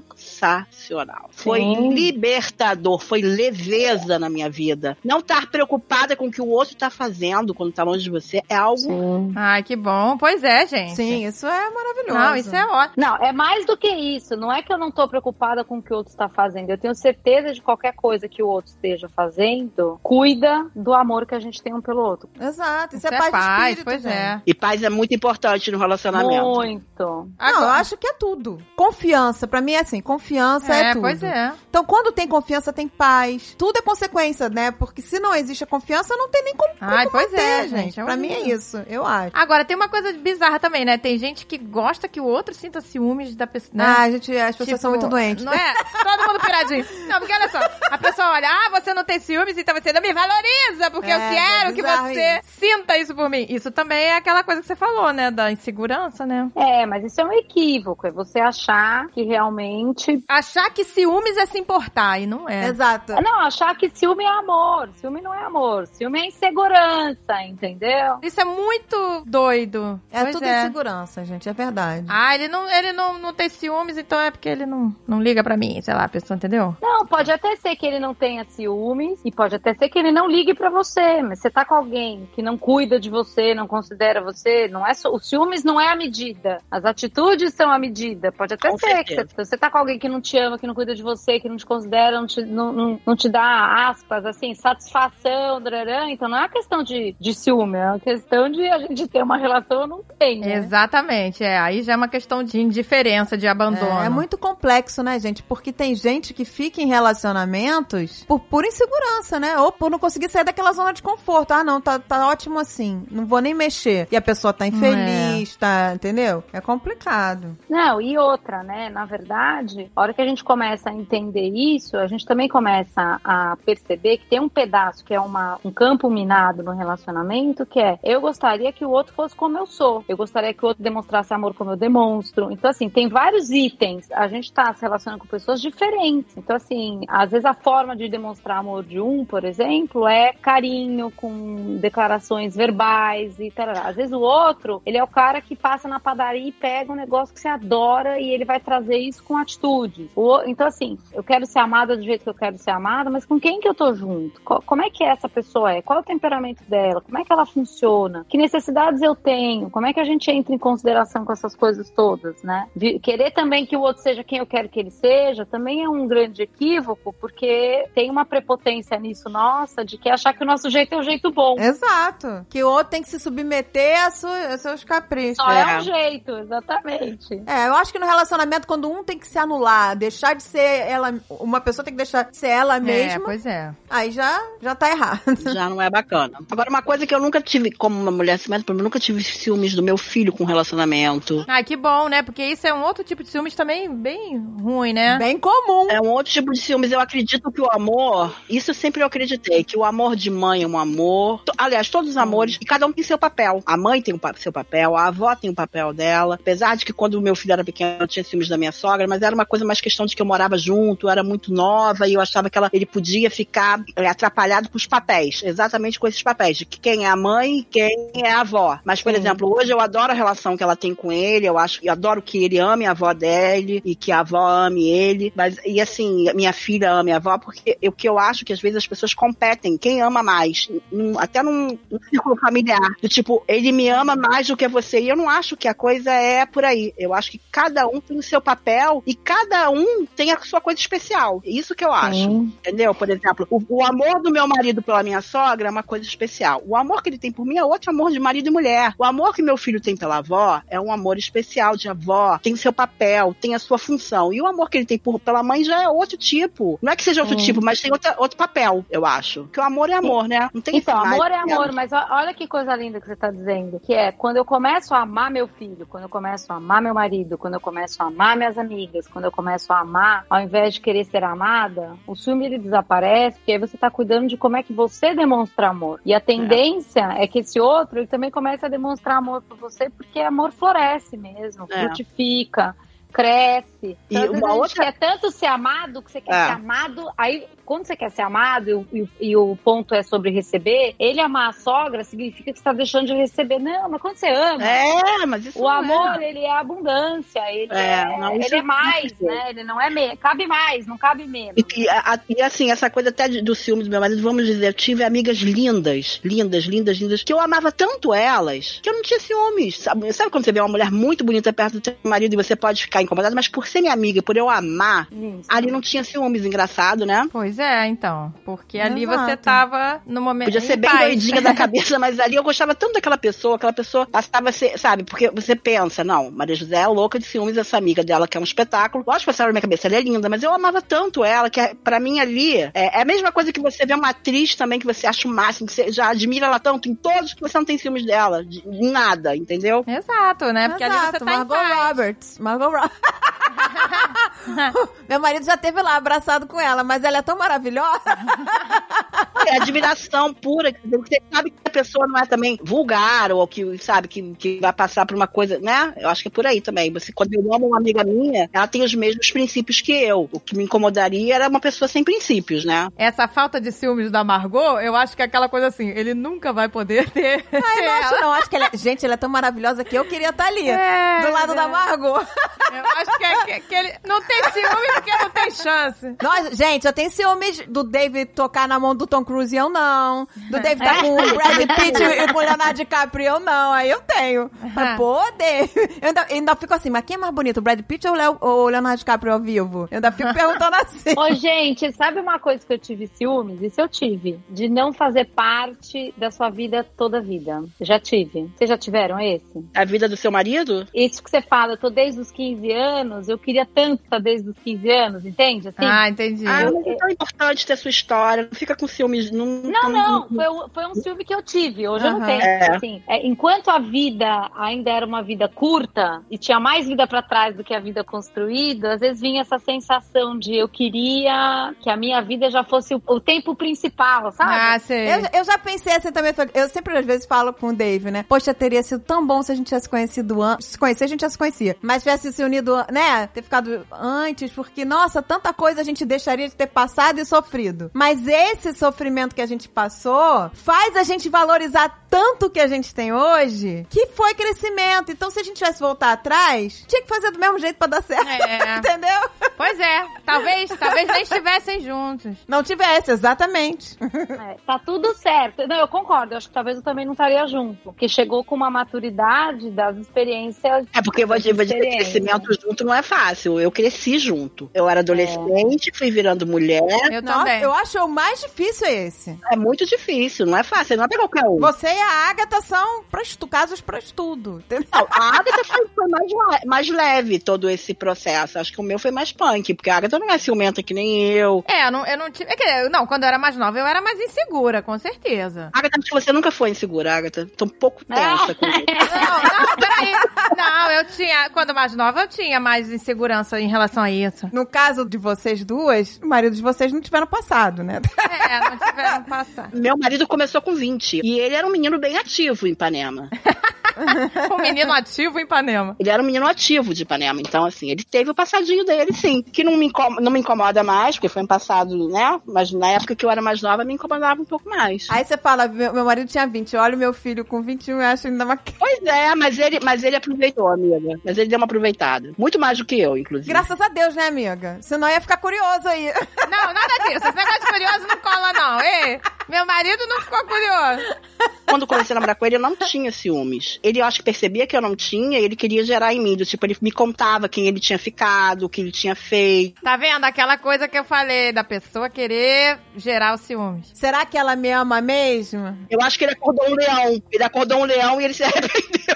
sensacional. Foi Sim. libertador, foi leveza na minha vida. Não estar preocupada com o que o outro tá fazendo quando tá longe de você é algo... Sim. Ai, que bom. Pois é, gente. Sim, isso é maravilhoso. Não, isso é ótimo. Não, é mais do que isso. Não é que eu não tô preocupada com o que o outro está fazendo. Eu tenho certeza de qualquer coisa que o outro esteja fazendo, cuida do amor que a gente tem um pelo outro. Exato, isso, Isso é paz, de paz, espírito, pois gente. é. E paz é muito importante no relacionamento. Muito. Não, Agora- eu acho que é tudo. Confiança, pra mim é assim, confiança é, É, tudo. pois é. Então, quando tem confiança, tem paz. Tudo é consequência, né? Porque se não existe a confiança, não tem nem como, Ai, como pois manter, é, gente. gente, é Pra mim é horrível. isso, eu acho. Agora, tem uma coisa bizarra também, né? Tem gente que gosta que o outro sinta ciúmes da pessoa, né? Ah, gente, as pessoas Tipo, são muito doentes. Não é? Todo mundo piradinho. Não, porque olha só, a pessoa olha, ah, você não tem ciúmes, então você não me valoriza, porque É, eu quero é que bizarro você sinta isso por mim. Isso também é aquela coisa que você falou, né? Da insegurança, né? É, mas isso é um equívoco. É você achar que realmente... Achar que ciúmes é se importar, e não é. Exato. Não, achar que ciúme é amor. Ciúme não é amor. Ciúme é insegurança, entendeu? Isso é muito doido. É Pois tudo é. insegurança, gente, é verdade. Ah, ele não, ele não, não tem ciúmes, então é porque ele não, não liga pra mim, sei lá, a pessoa, entendeu? Não, pode até ser que ele não tenha ciúmes e pode até ser que ele não ligue pra você, mas você tá com alguém que não cuida de você, não considera você, não é só, os ciúmes não é a medida, as atitudes são a medida. Pode até Com ser que certeza. você, você tá com alguém que não te ama, que não cuida de você, que não te considera, não te, não, não, não te dá aspas, assim, satisfação, drarã, então não é uma questão de, de ciúme, é uma questão de a gente ter uma relação ou não tem, né? Exatamente, é. Aí já é uma questão de indiferença, de abandono. É, é muito complexo, né, gente? Porque tem gente que fica em relacionamentos por pura insegurança, né? Ou por não conseguir sair daquela zona de conforto. Ah, não, tá, tá ótimo assim. Não vou nem mexer. E a pessoa tá infeliz, tá, entendeu? É complicado. Não, e outra, né? Na verdade, a hora que a gente começa a entender isso, a gente também começa a perceber que tem um pedaço que é uma, um campo minado no relacionamento, que é, eu gostaria que o outro fosse como eu sou. Eu gostaria que o outro demonstrasse amor como eu demonstro. Então, assim, tem vários itens. A gente tá se relacionando com pessoas diferentes. Então, assim, às vezes a forma de demonstrar amor de um, por exemplo, é carinho, com declarações verbais e tal. Às vezes o outro, ele é o cara que passa na padaria e pega um negócio que você adora e ele vai trazer isso com atitude. O, então, assim, eu quero ser amada do jeito que eu quero ser amada, mas com quem que eu tô junto? Co- como é que essa pessoa é? Qual é o temperamento dela? Como é que ela funciona? Que necessidades eu tenho? Como é que a gente entra em consideração com essas coisas todas, né? De querer também que o outro seja quem eu quero que ele seja, também é um grande equívoco, porque tem uma prepotência nisso nossa, de que achar que o nosso jeito é o jeito bom. Exato. Que o outro tem que se submeter a, sua, a seus caprichos. sempre. Só É. é um jeito, exatamente. É, eu acho que no relacionamento, quando um tem que se anular, deixar de ser ela, uma pessoa tem que deixar de ser ela É, mesma, pois é. aí já, já tá errado. Já não é bacana. Agora, uma coisa que eu nunca tive, como uma mulher ciumenta, eu nunca tive ciúmes do meu filho com relacionamento. Ai, que bom, né? Porque isso é um outro tipo de ciúmes também bem ruim, né? Bem comum. É um outro tipo de ciúmes. Eu acredito que o amor, isso sempre eu acreditei, que o amor de mãe é um amor. Aliás, todos os amores, e cada um tem seu papel. A mãe tem o pa- seu papel, a avó tem o papel dela. Apesar de que quando o meu filho era pequeno, eu tinha ciúmes da minha sogra, mas era uma coisa mais questão de que eu morava junto, eu era muito nova e eu achava que ela, ele podia ficar é, atrapalhado com os papéis. Exatamente com esses papéis, de que quem é a mãe e quem é a avó. Mas, por Sim. exemplo, hoje eu adoro a relação que ela tem com ele, eu acho, eu adoro que ele ame a avó dele e que a avó ame ele. Mas, e assim, minha filha ame a avó, porque o que eu acho que às vezes as pessoas competem, quem ama mais, num- até num, num círculo familiar. Do tipo, ele me ama mais do que você. E eu não acho que a coisa é por aí. Eu acho que cada um tem o seu papel e cada um tem a sua coisa especial. É isso que eu acho. Sim. Entendeu? Por exemplo, o, o amor do meu marido pela minha sogra é uma coisa especial. O amor que ele tem por mim é outro amor de marido e mulher. O amor que meu filho tem pela avó é um amor especial de avó. Tem seu papel, tem a sua função. E o amor que ele tem por, pela mãe já é outro tipo. Não é que seja outro Sim. tipo, mas tem outra, outro papel, eu acho. Porque o amor é amor, né? Não tem Então, mais, amor é né? amor, mas ó- olha que coisa linda que você tá dizendo, que é quando eu começo a amar meu filho, quando eu começo a amar meu marido, quando eu começo a amar minhas amigas, quando eu começo a amar, ao invés de querer ser amada, o ciúme ele desaparece, porque aí você tá cuidando de como é que você demonstra amor. E a tendência é, que esse outro, ele também comece a demonstrar amor por você, porque amor floresce mesmo, É. frutifica, cresce. E Então, às vezes uma a gente outra- quer tanto ser amado, que você quer É. ser amado, aí quando você quer ser amado e, o- e o- e o ponto é sobre receber, ele amar a sogra significa que você tá deixando de receber. Não, mas quando você ama, É, mas isso o não amor, é. ele é abundância, ele É, é, não, isso ele é não mais, é. né? Ele não é menos, cabe mais, não cabe menos. E, e, a- e, assim, essa coisa até de- do ciúme do meu marido, vamos dizer, eu tive amigas lindas, lindas, lindas, lindas, que eu amava tanto elas, que eu não tinha ciúmes. Sabe, sabe quando você vê uma mulher muito bonita perto do seu marido e você pode ficar incomodada, mas por ser minha amiga, por eu amar, Isso. ali não tinha ciúmes, engraçado, né? Pois é, então. Porque ali Exato. você tava no momento. Podia ser em bem paz. doidinha da cabeça, mas ali eu gostava tanto daquela pessoa, aquela pessoa bastava ser, sabe? Porque você pensa, não, Maria José é louca de ciúmes, essa amiga dela que é um espetáculo. Lógico que passava na minha cabeça, ela é linda, mas eu amava tanto ela, que pra mim ali, é, é a mesma coisa que você vê uma atriz também, que você acha o máximo, que você já admira ela tanto em todos, que você não tem ciúmes dela, de, em nada, entendeu? Exato, né? Porque ali você Exato, tá em Margot paz. Roberts. Margot Roberts. Meu marido já esteve lá abraçado com ela, mas ela é tão maravilhosa. É admiração pura, que você sabe que a pessoa não é também vulgar, ou que, sabe, que, que vai passar por uma coisa, né? Eu acho que é por aí também. Você, quando eu amo uma amiga minha, ela tem os mesmos princípios que eu. O que me incomodaria era uma pessoa sem princípios, né? Essa falta de ciúmes da Margot, eu acho que é aquela coisa assim, ele nunca vai poder ter. Ai, não acho ela. não. Acho que ela é... Gente, ela é tão maravilhosa que eu queria estar ali. É, do lado é. da Margot. Eu acho que, é, que, que ele não tem ciúme porque não tem chance. Nós, gente, eu tenho ciúmes do David tocar na mão do Tom Cruise e eu não. Do David tá com o Brad Pitt e com o Leonardo DiCaprio e eu não. Aí eu tenho. Mas, pô, David. Eu ainda, eu ainda fico assim, mas quem é mais bonito, o Brad Pitt ou o, Leo, ou o Leonardo DiCaprio ao vivo? Eu ainda fico perguntando assim. Ô, gente, sabe uma coisa que eu tive ciúmes? Isso eu tive. De não fazer parte da sua vida toda a vida. Já tive. Vocês já tiveram esse? A vida do seu marido? Isso que você fala, eu tô desde os quinze anos, eu queria tanto estar desde os quinze anos, entende? Assim, Ah, entendi. Ah, mas é tão importante ter sua história. Não fica com ciúmes. Não, Não, não, foi, um- foi um ciúme que eu tive, hoje eu não Aham. tenho. É. Assim, é, enquanto a vida ainda era uma vida curta e tinha mais vida pra trás do que a vida construída, às vezes vinha essa sensação de eu queria que a minha vida já fosse o, o tempo principal, sabe? Ah, sei. Eu, eu já pensei assim também, eu sempre às vezes falo com o Dave, né? Poxa, teria sido tão bom se a gente tivesse conhecido antes. Se conhecer, a gente já se conhecia. Mas tivesse se unido, né? Ter ficado antes, porque, nossa, tanta coisa a gente deixaria de ter passado e sofrido. Mas esse sofrimento que a gente passou faz a gente valorizar tanto o que a gente tem hoje, que foi crescimento. Então, se a gente tivesse voltar atrás, tinha que fazer do mesmo jeito pra dar certo. É. Entendeu? Pois é, talvez, talvez nem estivessem juntos. Não tivesse, exatamente. É, tá tudo certo. Não, eu concordo. Eu acho que talvez eu também não estaria junto. Porque chegou com uma maturidade das experiências. É porque eu vou dizer, vou dizer, Experiência. crescimento junto não é fácil. Eu cresci junto. Eu era adolescente, fui virando mulher. Eu Nossa, também. eu acho o mais difícil esse. acontece? É muito difícil, não é fácil, não é pra qualquer um. Você e a Agatha são pra estu- casos pra estudo. Entendeu? Não, a Agatha foi, foi mais, le- mais leve todo esse processo. Acho que o meu foi mais punk, porque a Agatha não é ciumenta que nem eu. É, eu não, eu não tive. É que, não, quando eu era mais nova, eu era mais insegura, com certeza. Agatha, acho que você nunca foi insegura, Agatha. Tô um pouco tensa com isso. Não, não, peraí. Não, eu tinha. Quando mais nova, eu tinha mais insegurança em relação a isso. No caso de vocês duas, o marido de vocês não tiveram passado, né? É, não tiveram passar. Meu marido começou com vinte. E ele era um menino bem ativo em Ipanema. Um menino ativo em Ipanema. Ele era um menino ativo de Ipanema. Então, assim, ele teve o passadinho dele, sim. Que não me, incomoda, não me incomoda mais, porque foi um passado, né? Mas na época que eu era mais nova, me incomodava um pouco mais. Aí você fala, meu, meu marido tinha vinte, olha o meu filho com vinte e um, eu acho ainda uma... Pois é, mas ele, mas ele aproveitou, amiga. Mas ele deu uma aproveitada. Muito mais do que eu, inclusive. Graças a Deus, né, amiga? Senão ia ficar curioso aí. Não, nada disso. Esse negócio de curioso não cola, não. Ei, meu marido não ficou curioso. Quando comecei a namorar com ele, eu não tinha ciúmes. Ele, eu acho que percebia que eu não tinha e ele queria gerar em mim. Do tipo, ele me contava quem ele tinha ficado, o que ele tinha feito. Tá vendo? Aquela coisa que eu falei, da pessoa querer gerar os ciúmes. Será que ela me ama mesmo? Eu acho que ele acordou um leão. Ele acordou um leão e ele se arrependeu.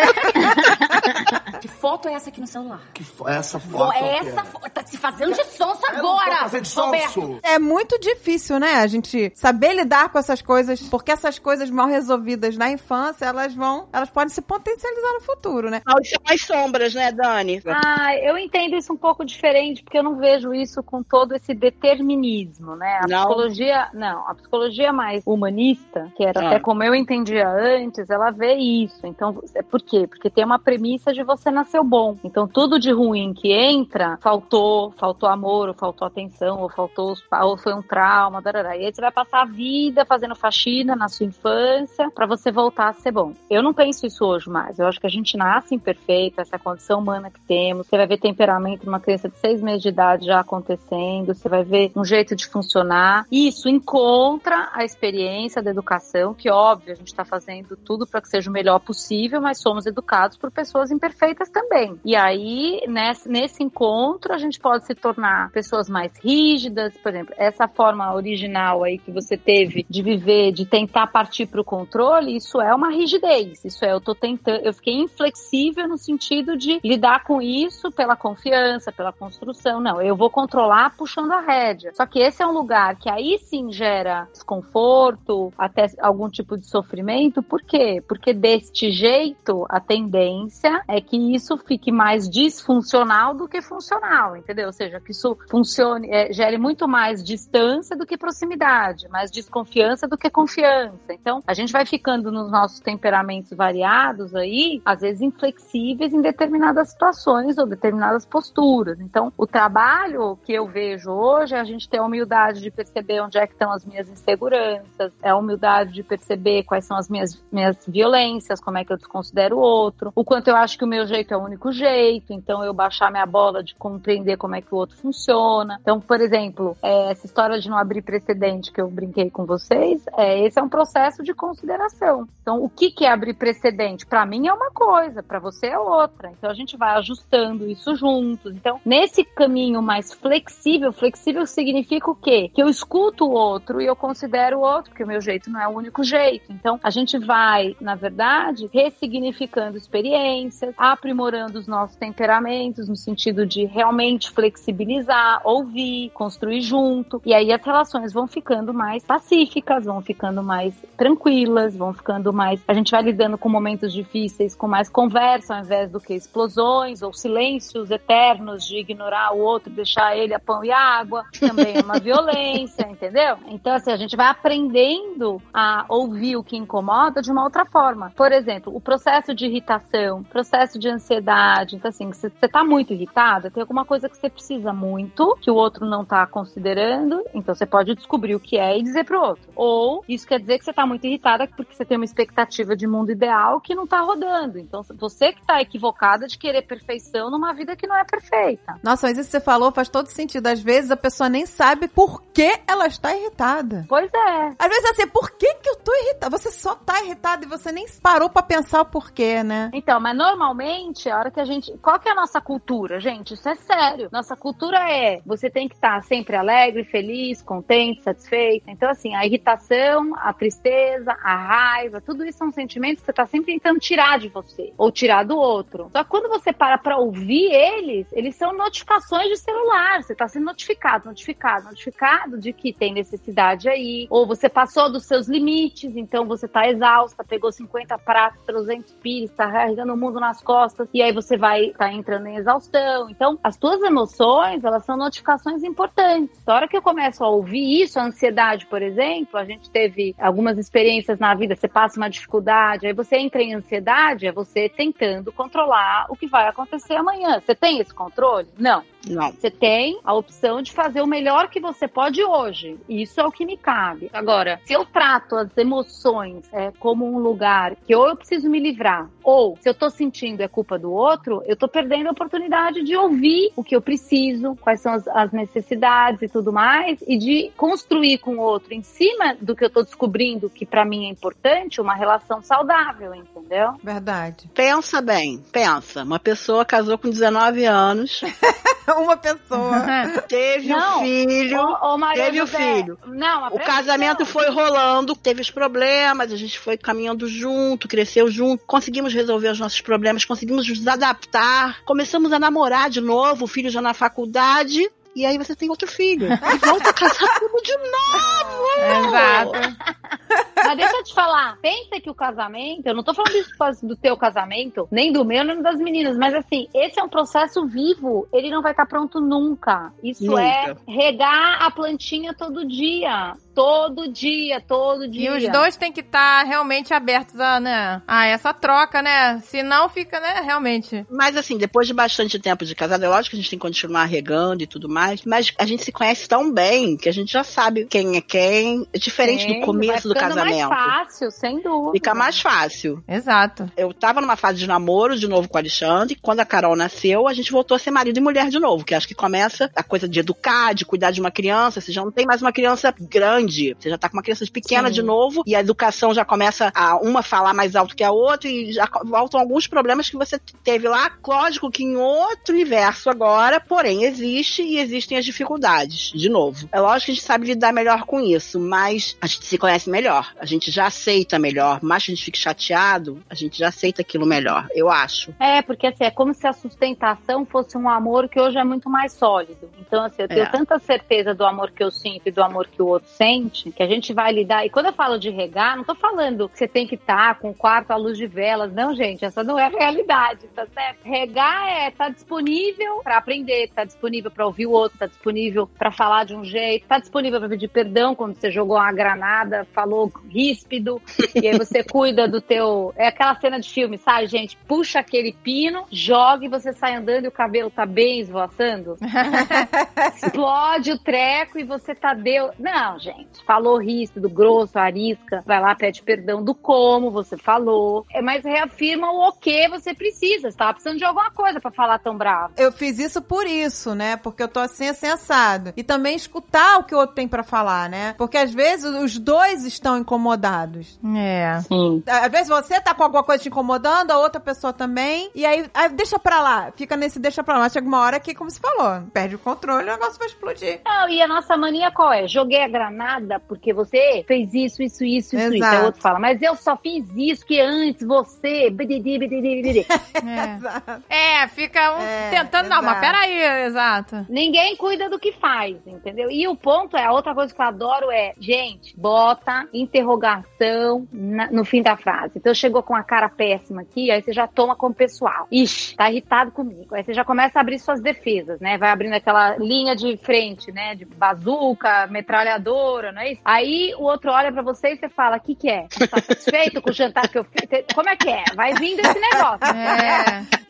Que foto é essa aqui no celular? Que fo- essa Pô, foto. é essa foto. Tá se fazendo de sonso agora. Tô fazendo de Roberto. sonso. É muito difícil, né? A gente saber lidar com essas coisas, porque essas coisas mal resolvidas na infância, elas vão, elas podem se potencializar no futuro, né? Não, isso é mais sombras, né, Dani? Ah, eu entendo isso um pouco diferente, porque eu não vejo isso com todo esse determinismo, né? A Não? psicologia, não, a psicologia mais humanista, que era Ah. até como eu entendia antes, ela vê isso. Então, é por quê? Porque tem uma premissa de você nasceu bom. Então, tudo de ruim que entra, faltou, faltou amor, ou faltou atenção, ou faltou, ou foi um trauma, darará. E aí você vai passar a vida fazendo faxina na sua infância pra você voltar a ser bom. Eu não penso isso hoje mais. Eu acho que a gente nasce imperfeito, essa condição humana que temos. Você vai ver temperamento numa criança de seis meses de idade já acontecendo, você vai ver um jeito de funcionar. Isso encontra a experiência da educação, que óbvio, a gente está fazendo tudo para que seja o melhor possível, mas somos educados por pessoas imperfeitas também. E aí, nesse, nesse encontro, a gente pode se tornar pessoas mais rígidas, por exemplo, essa forma original aí que você teve de viver, de tentar partir para o controle, isso é uma rigidez. Isso é, eu tô tentando, eu fiquei inflexível no sentido de lidar com isso pela confiança, pela construção. Não, eu vou controlar puxando a rédea. Só que esse é um lugar que aí sim gera desconforto, até algum tipo de sofrimento. Por quê? Porque deste jeito, a tendência é que isso fique mais disfuncional do que funcional, entendeu? Ou seja, que isso funcione, é, gere muito mais distância do que proximidade, mais desconfiança do que confiança. Então, a gente vai ficando nos nossos temperamentos variados aí, às vezes inflexíveis em determinadas situações ou determinadas posturas. Então, o trabalho que eu vejo hoje é a gente ter a humildade de perceber onde é que estão as minhas inseguranças, é a humildade de perceber quais são as minhas, minhas violências, como é que eu desconsidero o outro, o quanto eu acho que o meu jeito é o único jeito, então eu baixar minha bola de compreender como é que o outro funciona. Então, por exemplo, é, essa história de não abrir precedente que eu brinquei com vocês, é, esse é um processo de consideração. Então, o que, que é abrir precedente? Para mim é uma coisa, para você é outra. Então, a gente vai ajustando isso juntos. Então, nesse caminho mais flexível, flexível significa o quê? Que eu escuto o outro e eu considero o outro, porque o meu jeito não é o único jeito. Então, a gente vai, na verdade, ressignificando experiências, aprimorando os nossos temperamentos, no sentido de realmente flexibilizar, ouvir, construir junto. E aí as relações vão ficando mais pacíficas, vão ficando mais tranquilas, vão ficando mais... A gente vai lidando com momentos difíceis, com mais conversa, ao invés do que explosões ou silêncios eternos de ignorar o outro, deixar ele a pão e água. Também é uma violência, entendeu? Então, assim, a gente vai aprendendo a ouvir o que incomoda de uma outra forma. Por exemplo, o processo de irritação, processo de ansiedade. Então, assim, se você tá muito irritada, tem alguma coisa que você precisa muito, que o outro não tá considerando, então você pode descobrir o que é e dizer pro outro. Ou, isso quer dizer que você tá muito irritada porque você tem uma expectativa de mundo ideal que não tá rodando. Então, você que tá equivocada de querer perfeição numa vida que não é perfeita. Nossa, mas isso que você falou faz todo sentido. Às vezes a pessoa nem sabe por que ela está irritada. Pois é. Às vezes assim, por que que eu tô irritada? irritado, você só tá irritado e você nem parou pra pensar o porquê, né? Então, mas normalmente, a hora que a gente... Qual que é a nossa cultura, gente? Isso é sério. Nossa cultura é, você tem que estar sempre alegre, feliz, contente, satisfeito. Então, assim, a irritação, a tristeza, a raiva, tudo isso são sentimentos que você tá sempre tentando tirar de você, ou tirar do outro. Só que quando você para pra ouvir eles, eles são notificações de celular. Você tá sendo notificado, notificado, notificado de que tem necessidade aí, ou você passou dos seus limites, então você tá exausta, pegou cinquenta pratos, trezentos pires, tá carregando o mundo nas costas, e aí você vai tá entrando em exaustão. Então, as tuas emoções, elas são notificações importantes. Na hora que eu começo a ouvir isso, a ansiedade, por exemplo, a gente teve algumas experiências na vida, você passa uma dificuldade, aí você entra em ansiedade, é você tentando controlar o que vai acontecer amanhã. Você tem esse controle? Não. Não. Você tem a opção de fazer o melhor que você pode hoje. Isso é o que me cabe. Agora, se eu trato as emoções é, como um lugar que ou eu preciso me livrar, ou se eu tô sentindo é culpa do outro, eu tô perdendo a oportunidade de ouvir o que eu preciso, quais são as, as necessidades e tudo mais, e de construir com o outro, em cima do que eu tô descobrindo que pra mim é importante, uma relação saudável, entendeu? Verdade. Pensa bem, pensa. Uma pessoa casou com dezenove anos... Uma pessoa. Teve o um filho. Ô, ô, Maria teve o José, filho. Não, o casamento foi rolando, teve os problemas, a gente foi caminhando junto, cresceu junto, conseguimos resolver os nossos problemas, conseguimos nos adaptar, começamos a namorar de novo, o filho já na faculdade. E aí você tem outro filho. E volta a casar tudo de novo. Exato. Mas deixa eu te falar, pensa que o casamento, eu não tô falando isso do teu casamento, nem do meu, nem das meninas, mas assim, esse é um processo vivo, ele não vai estar pronto nunca. Isso nunca. É regar a plantinha todo dia. Todo dia, todo dia. E os dois têm que estar realmente abertos a, né, a essa troca, né? Senão fica, né, realmente. Mas assim, depois de bastante tempo de casado, é lógico que a gente tem que continuar regando e tudo mais, mas a gente se conhece tão bem que a gente já sabe quem é quem. É diferente Sim, do começo do casamento. Mais fácil, sem dúvida. Fica mais fácil. Exato. Eu tava numa fase de namoro de novo com o Alexandre, quando a Carol nasceu, a gente voltou a ser marido e mulher de novo, que acho que começa a coisa de educar, de cuidar de uma criança, você já não tem mais uma criança grande. Você já tá com uma criança pequena Sim. de novo, e a educação já começa a uma falar mais alto que a outra, e já voltam alguns problemas que você teve lá. Lógico que em outro universo agora, porém, existe e existem as dificuldades, de novo. É lógico que a gente sabe lidar melhor com isso, mas a gente se conhece melhor, a gente já aceita melhor, mais que a gente fique chateado, a gente já aceita aquilo melhor, eu acho. É, porque assim, é como se a sustentação fosse um amor que hoje é muito mais sólido. Então, assim, eu tenho é. tanta certeza do amor que eu sinto e do amor que o outro sente, que a gente vai lidar. E quando eu falo de regar, não tô falando que você tem que estar com o quarto à luz de velas. Não, gente, essa não é a realidade, tá certo? Regar é estar tá disponível pra aprender, tá disponível pra ouvir o outro, tá disponível pra falar de um jeito, tá disponível pra pedir perdão quando você jogou uma granada, falou ríspido, e aí você cuida do teu... É aquela cena de filme, sabe, gente? Puxa aquele pino, joga e você sai andando e o cabelo tá bem esvoaçando. Explode o treco e você tá deu... Não, gente, falou ríspido, grosso, arisca, vai lá, pede perdão do como você falou, é, mas reafirma o o que você precisa, você tava precisando de alguma coisa pra falar tão bravo. Eu fiz isso por isso, né, porque eu tô assim, assim, assado. E também escutar o que o outro tem pra falar, né, porque às vezes os dois estão incomodados. É. Sim. Às vezes você tá com alguma coisa te incomodando, a outra pessoa também, e aí, aí deixa pra lá, fica nesse deixa pra lá, mas chega uma hora que, como você falou, perde o controle, o negócio vai explodir. Não, e a nossa mania qual é? Joguei a granada porque você fez isso, isso, isso, isso, isso. Aí o outro fala, mas eu só fiz isso que antes você... É, é fica um é, tentando... Exato. Não, mas peraí, exato. Ninguém cuida do que faz, entendeu? E o ponto é, a outra coisa que eu adoro é, gente, bota interrogação na, no fim da frase. Então chegou com a cara péssima aqui, aí você já toma como pessoal. Ixi, tá irritado comigo. Aí você já começa a abrir suas defesas, né? Vai abrindo aquela linha de frente, né? De bazuca, metralhadora, não é isso? Aí o outro olha pra você e você fala, o que que é? Tá satisfeito com o jantar que eu fiz? Como é que é? Vai vindo esse negócio. É.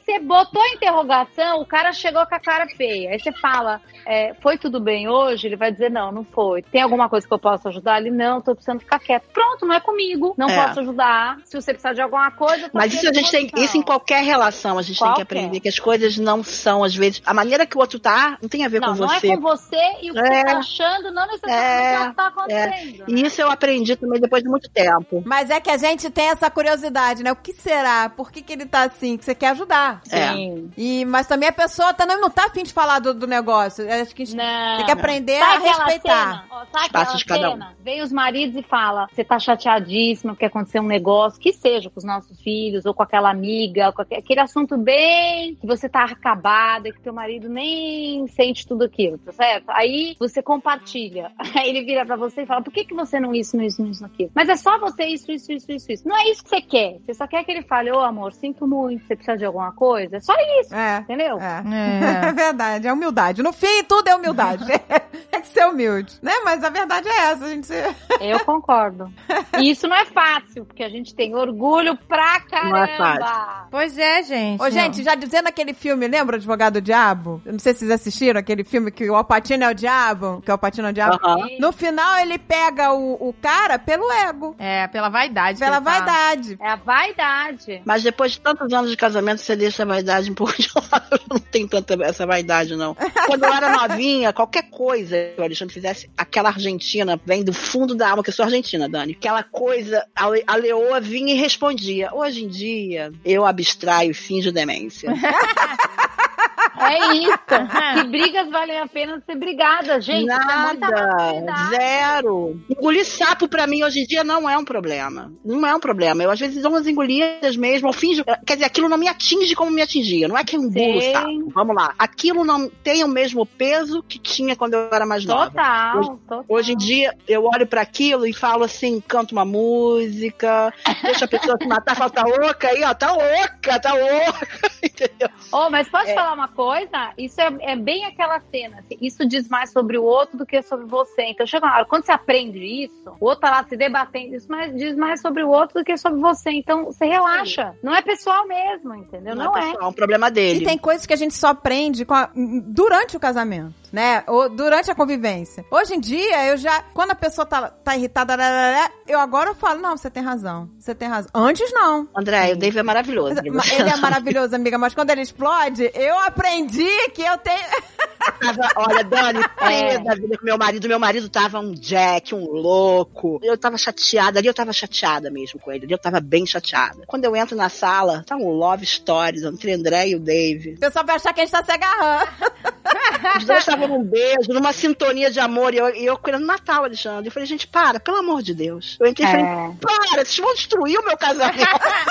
você botou a interrogação, o cara chegou com a cara feia. Aí você fala, é, foi tudo bem hoje? Ele vai dizer, não, não foi. Tem alguma coisa que eu possa ajudar? Ele, não, tô precisando ficar quieto. Pronto, não é comigo. Não É. posso ajudar. Se você precisar de alguma coisa, eu tô Mas aqui isso a à gente tem, disposição. isso em qualquer relação a gente tem que Qualquer. aprender, que as coisas não são, às vezes, a maneira que o outro tá, não tem a ver Não, com não você. é com você e o que É. você tá achando não necessariamente É. é o que tá acontecendo. E isso eu aprendi também depois de muito tempo. Mas é que a gente tem essa curiosidade, né? O que será? Por que, que ele tá assim? Que você quer ajudar. É. Sim. E, mas também a pessoa tá, não, não tá afim de falar do, do negócio. Acho que a gente Não. tem que aprender Sabe a aquela respeitar. Cena? Ó, sabe Espaço aquela de cada um. cena? Vem os maridos e fala, você tá chateadíssimo porque aconteceu um negócio, que seja com os nossos filhos, ou com aquela amiga, com aquele, aquele assunto bem que você tá acabada, que teu marido nem sente tudo aquilo, tá certo? Aí você compartilha. Aí ele vira pra você e fala, por que que você não isso, não isso, não isso, não aquilo? Mas é só você isso, isso, isso, isso, isso. Não é isso que você quer. Você só quer que ele fale, ô amor, sinto muito, você precisa de alguma coisa? É só isso, É. entendeu? É. É. É verdade, é humildade. No fim, tudo é humildade. É que ser humilde, né? Mas a verdade é essa, a gente... Eu concordo. E isso não é fácil, porque a gente tem orgulho pra caramba. Não é fácil. Pois é, gente. Ô, gente, já dizendo aquele filme, lembra o Advogado do Diabo? Eu não sei se vocês assistiram aquele filme que o Al Pacino é o diabo, que o Al Pacino é o diabo. Aham. No final, ele pega o, o cara pelo ego, É, pela vaidade. que pela ele tá. vaidade. É a vaidade. Mas depois de tantos anos de casamento, você deixa a vaidade um pouco de lado. Eu não tenho tanta essa vaidade, não. Quando eu era novinha, qualquer coisa que o Alexandre fizesse, aquela argentina vem do fundo da alma, que eu sou argentina, Dani. Aquela coisa, a, a leoa vinha e respondia. Hoje em dia, eu abstraio e finjo demência. É isso. Que brigas valem a pena ser brigadas, gente. Isso é muita Nada, maturidade. zero. Engolir sapo pra mim hoje em dia não é um problema. Não é um problema. Eu às vezes dou umas engolidas mesmo, eu finjo. Quer dizer, aquilo não me atinge como me atingia. Não é que eu engulo Sim. sapo. Vamos lá. Aquilo não tem o mesmo peso que tinha quando eu era mais nova. Total, Hoje, total. hoje em dia, eu olho pra aquilo e falo assim, canto uma música, deixa a pessoa se matar, fala, tá louca aí, ó, tá louca, tá louca, entendeu? Oh, mas posso É. falar uma coisa? Isso é, é bem aquela cena. Assim, isso diz mais sobre o outro do que sobre você. Então chega uma hora, quando você aprende isso, o outro tá lá se debatendo, isso mais, diz mais sobre o outro do que sobre você. Então você relaxa. Não é pessoal mesmo, entendeu? Não, Não, é. é pessoal, é um problema dele. E tem coisas que a gente só aprende com a- durante o casamento, né? Ou durante a convivência. Hoje em dia, eu já... Quando a pessoa tá, tá irritada, eu agora eu falo, não, você tem razão. Você tem razão. Antes, não. André, o Dave é maravilhoso. Mas ele é maravilhoso, amiga, mas quando ele explode, eu aprendi que eu tenho... Tava, olha, Dani, É. da vida com meu marido. Meu marido tava um jack, um louco. Eu tava chateada, ali eu tava chateada mesmo com ele. Ali eu tava bem chateada. Quando eu entro na sala, tá um love stories entre André e o Dave. O pessoal vai achar que a gente tá se agarrando. Os dois estavam num beijo, numa sintonia de amor. E eu, e eu querendo matar o Alexandre. Eu falei, gente, para, pelo amor de Deus. Eu entrei e falei, É. para, vocês vão destruir o meu casamento.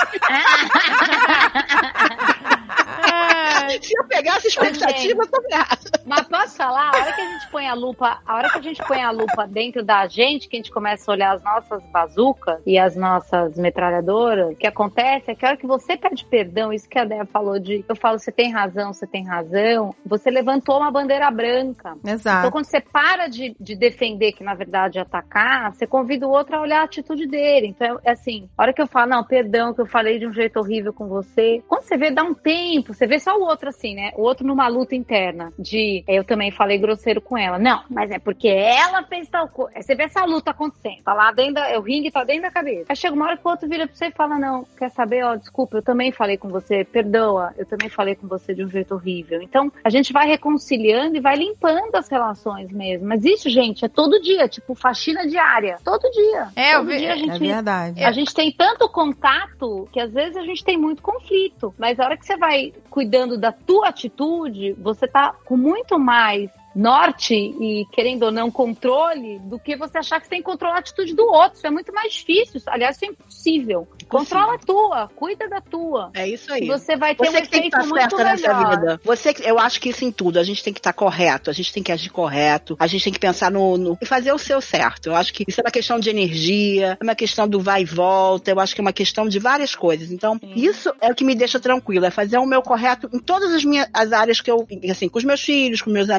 Se eu pegar essa expectativa, eu tô errada. Mas posso falar, a hora que a gente põe a lupa, a hora que a gente põe a lupa dentro da gente, que a gente começa a olhar as nossas bazucas e as nossas metralhadoras, o que acontece é que a hora que você pede perdão, isso que a Débora falou de, eu falo, você tem razão, você tem razão, você levantou uma bandeira branca. Então Exato. quando você para de, de defender, que na verdade é atacar, você convida o outro a olhar a atitude dele. Então é assim, a hora que eu falo, não, perdão, que eu falei de um jeito horrível com você, quando você vê, dá um tempo, você vê só o outro assim, né? O outro numa luta interna de, eu também falei grosseiro com ela. Não, mas é porque ela fez tal coisa. Aí você vê essa luta acontecendo, tá lá dentro da, o ringue tá dentro da cabeça. Aí chega uma hora que o outro vira pra você e fala, não, quer saber, ó, desculpa, eu também falei com você, perdoa, eu também falei com você de um jeito horrível. Então, a gente vai reconciliando e vai limpando as relações mesmo. Mas isso, gente, é todo dia, tipo faxina diária. Todo dia. É, eu todo vi- dia a É gente... verdade. A gente tem tanto contato que às vezes a gente tem muito conflito. Mas a hora que você vai cuidando da tua atitude, você tá com muito mais norte e, querendo ou não, controle do que você achar que você tem que controlar a atitude do outro. Isso é muito mais difícil. Aliás, isso é impossível. Controla a tua, cuida da tua. É isso aí. E você vai ter Você um que tem que efeito estar muito certa nessa melhor. vida. Você que, eu acho que isso em tudo. A gente tem que estar correto, a gente tem que agir correto, a gente tem que pensar no, no e fazer o seu certo. Eu acho que isso é uma questão de energia, é uma questão do vai e volta, eu acho que é uma questão de várias coisas. Então, Sim. isso é o que me deixa tranquila, é fazer o meu correto em todas as minhas as áreas que eu, assim, com os meus filhos, com meus amigos,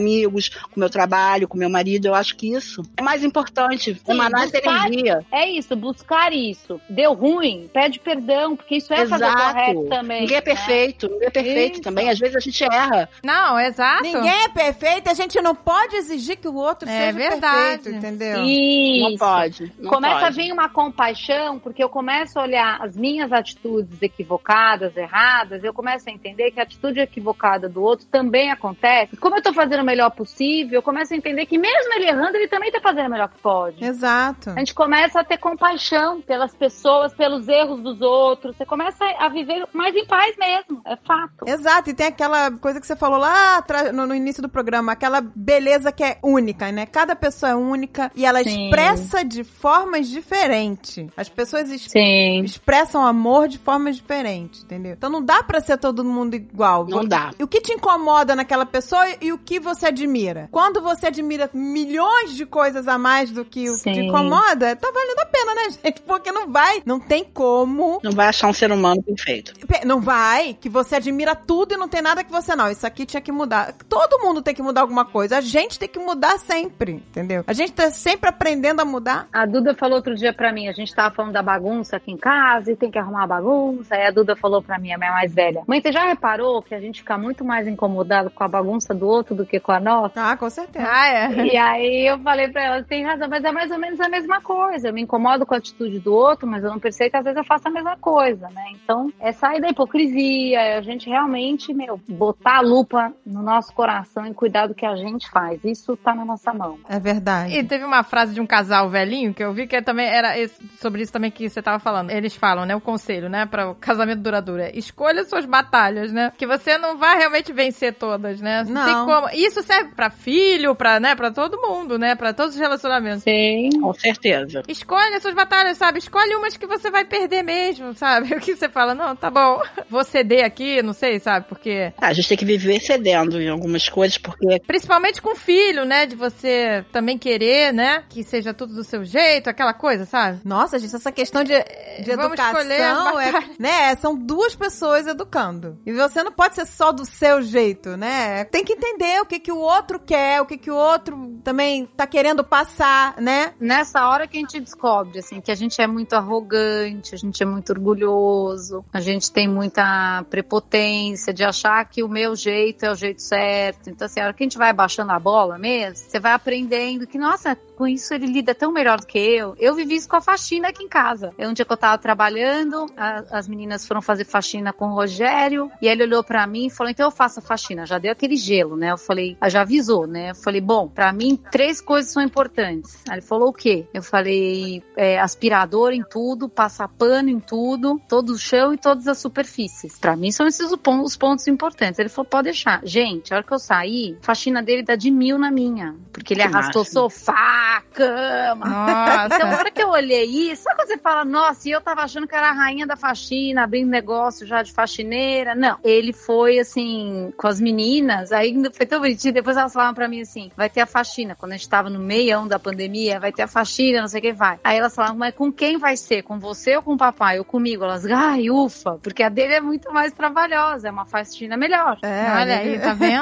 com o meu trabalho, com o meu marido. Eu acho que isso é mais importante. Sim, emanar essa buscar- energia. É isso, buscar isso. Deu ruim, pede perdão, porque isso é fazer o correto também. Ninguém é né? perfeito, ninguém é perfeito Isso. também. Às vezes a gente erra. Não, exato. Ninguém é perfeito, a gente não pode exigir que o outro É seja verdade. perfeito, entendeu? Não Isso. pode. Não Começa pode. a vir uma compaixão, porque eu começo a olhar as minhas atitudes equivocadas, erradas, eu começo a entender que a atitude equivocada do outro também acontece. Como eu tô fazendo o melhor possível, eu começo a entender que mesmo ele errando, ele também tá fazendo o melhor que pode. Exato. A gente começa a ter compaixão pelas pessoas, pelos erros dos outros. Você começa a viver mais em paz mesmo. É fato. Exato, e tem aquela coisa que você falou lá atrás, no, no início do programa, aquela beleza que é única, né? Cada pessoa é única e ela Sim. expressa de formas diferentes. As pessoas es- Sim. expressam amor de formas diferentes, entendeu? Então não dá pra ser todo mundo igual. Não dá. E o que te incomoda naquela pessoa e o que você admira? Quando você admira milhões de coisas a mais do que o que te Sim. incomoda, tá valendo a pena, né, gente? Porque não vai, não tem como. Não vai achar um ser humano perfeito. Não vai, que você admira tudo e não tem nada que você não. Isso aqui tinha que mudar. Todo mundo tem que mudar alguma coisa. A gente tem que mudar sempre, entendeu? A gente tá sempre aprendendo a mudar. A Duda falou outro dia pra mim, a gente tava falando da bagunça aqui em casa e tem que arrumar a bagunça. Aí a Duda falou pra mim, a minha mais velha: mãe, você já reparou que a gente fica muito mais incomodado com a bagunça do outro do que com a nossa? Ah, com certeza. Ah, é. E aí eu falei pra ela, tem razão, mas é mais ou menos a mesma coisa. Eu me incomodo com a atitude do outro, mas eu não percebo que às vezes eu faço a mesma coisa, né? Então, é sair da hipocrisia, é a gente realmente, meu, botar a lupa no nosso coração e cuidar do que a gente faz. Isso tá na nossa mão. É verdade. E teve uma frase de um casal velhinho que eu vi que também era esse- sobre isso também que você tava falando. Eles falam, né, o conselho, né, para o casamento duradouro é: escolha suas batalhas, né? Que você não vai realmente vencer todas, né? Não. Tem como. Isso serve pra filho, pra, né, pra todo mundo, né? Pra todos os relacionamentos. Sim. Com certeza. Escolhe suas batalhas, sabe? Escolhe umas que você vai perder mesmo, sabe? O que você fala, não, tá bom, vou ceder aqui, não sei, sabe? Porque... Ah, a gente tem que viver cedendo em algumas coisas, porque Principalmente com filho, né? De você também querer, né? Que seja tudo do seu jeito, aquela coisa, sabe? Nossa, gente, essa questão de, de Vamos educação escolher as é, batalhas. né, são duas pessoas educando. E você não pode ser só do seu jeito, né? Tem que entender o que, que o outro quer, o que, que o outro também tá querendo passar, né? Nessa hora que a gente descobre, assim, que a gente é muito arrogante, a gente é muito orgulhoso, a gente tem muita prepotência de achar que o meu jeito é o jeito certo. Então, assim, a hora que a gente vai baixando a bola mesmo, você vai aprendendo que, nossa, com isso ele lida tão melhor do que eu. Eu vivi isso com a faxina aqui em casa. Um dia que eu tava trabalhando, a, as meninas foram fazer faxina com o Rogério, e ele olhou pra mim e falou, então eu faço a faxina. Já deu aquele gelo, né? Eu falei, ah, já avisou, né? Eu falei, bom, pra mim três coisas são importantes. Aí ele falou o quê? Eu falei, é, aspirador em tudo, passar pano em tudo, todo o chão e todas as superfícies. Pra mim são esses os pontos, os pontos importantes. Ele falou, pode deixar. Gente, a hora que eu saí, a faxina dele dá de mil na minha. Porque ele Que arrastou máximo. sofá, cama. Nossa. Então, na hora que eu olhei isso, sabe quando você fala, nossa, e eu tava achando que era a rainha da faxina, abrindo negócio já de faxineira? Não. Ele foi, assim, com as meninas, aí foi tão bonitinho, depois elas falavam pra mim assim, vai ter a faxina. Quando a gente tava no meião da pandemia, vai ter a faxina, não sei quem vai. Aí elas falavam, mas com quem vai ser? Com você ou com o papai? Ou comigo? Elas, ai, ufa, porque a dele é muito mais trabalhosa, é uma faxina melhor. É, Olha aí, tá vendo?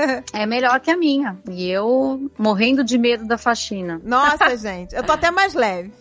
É melhor que a minha. E eu morrendo de medo da faxina. Nossa, gente, eu tô até mais leve.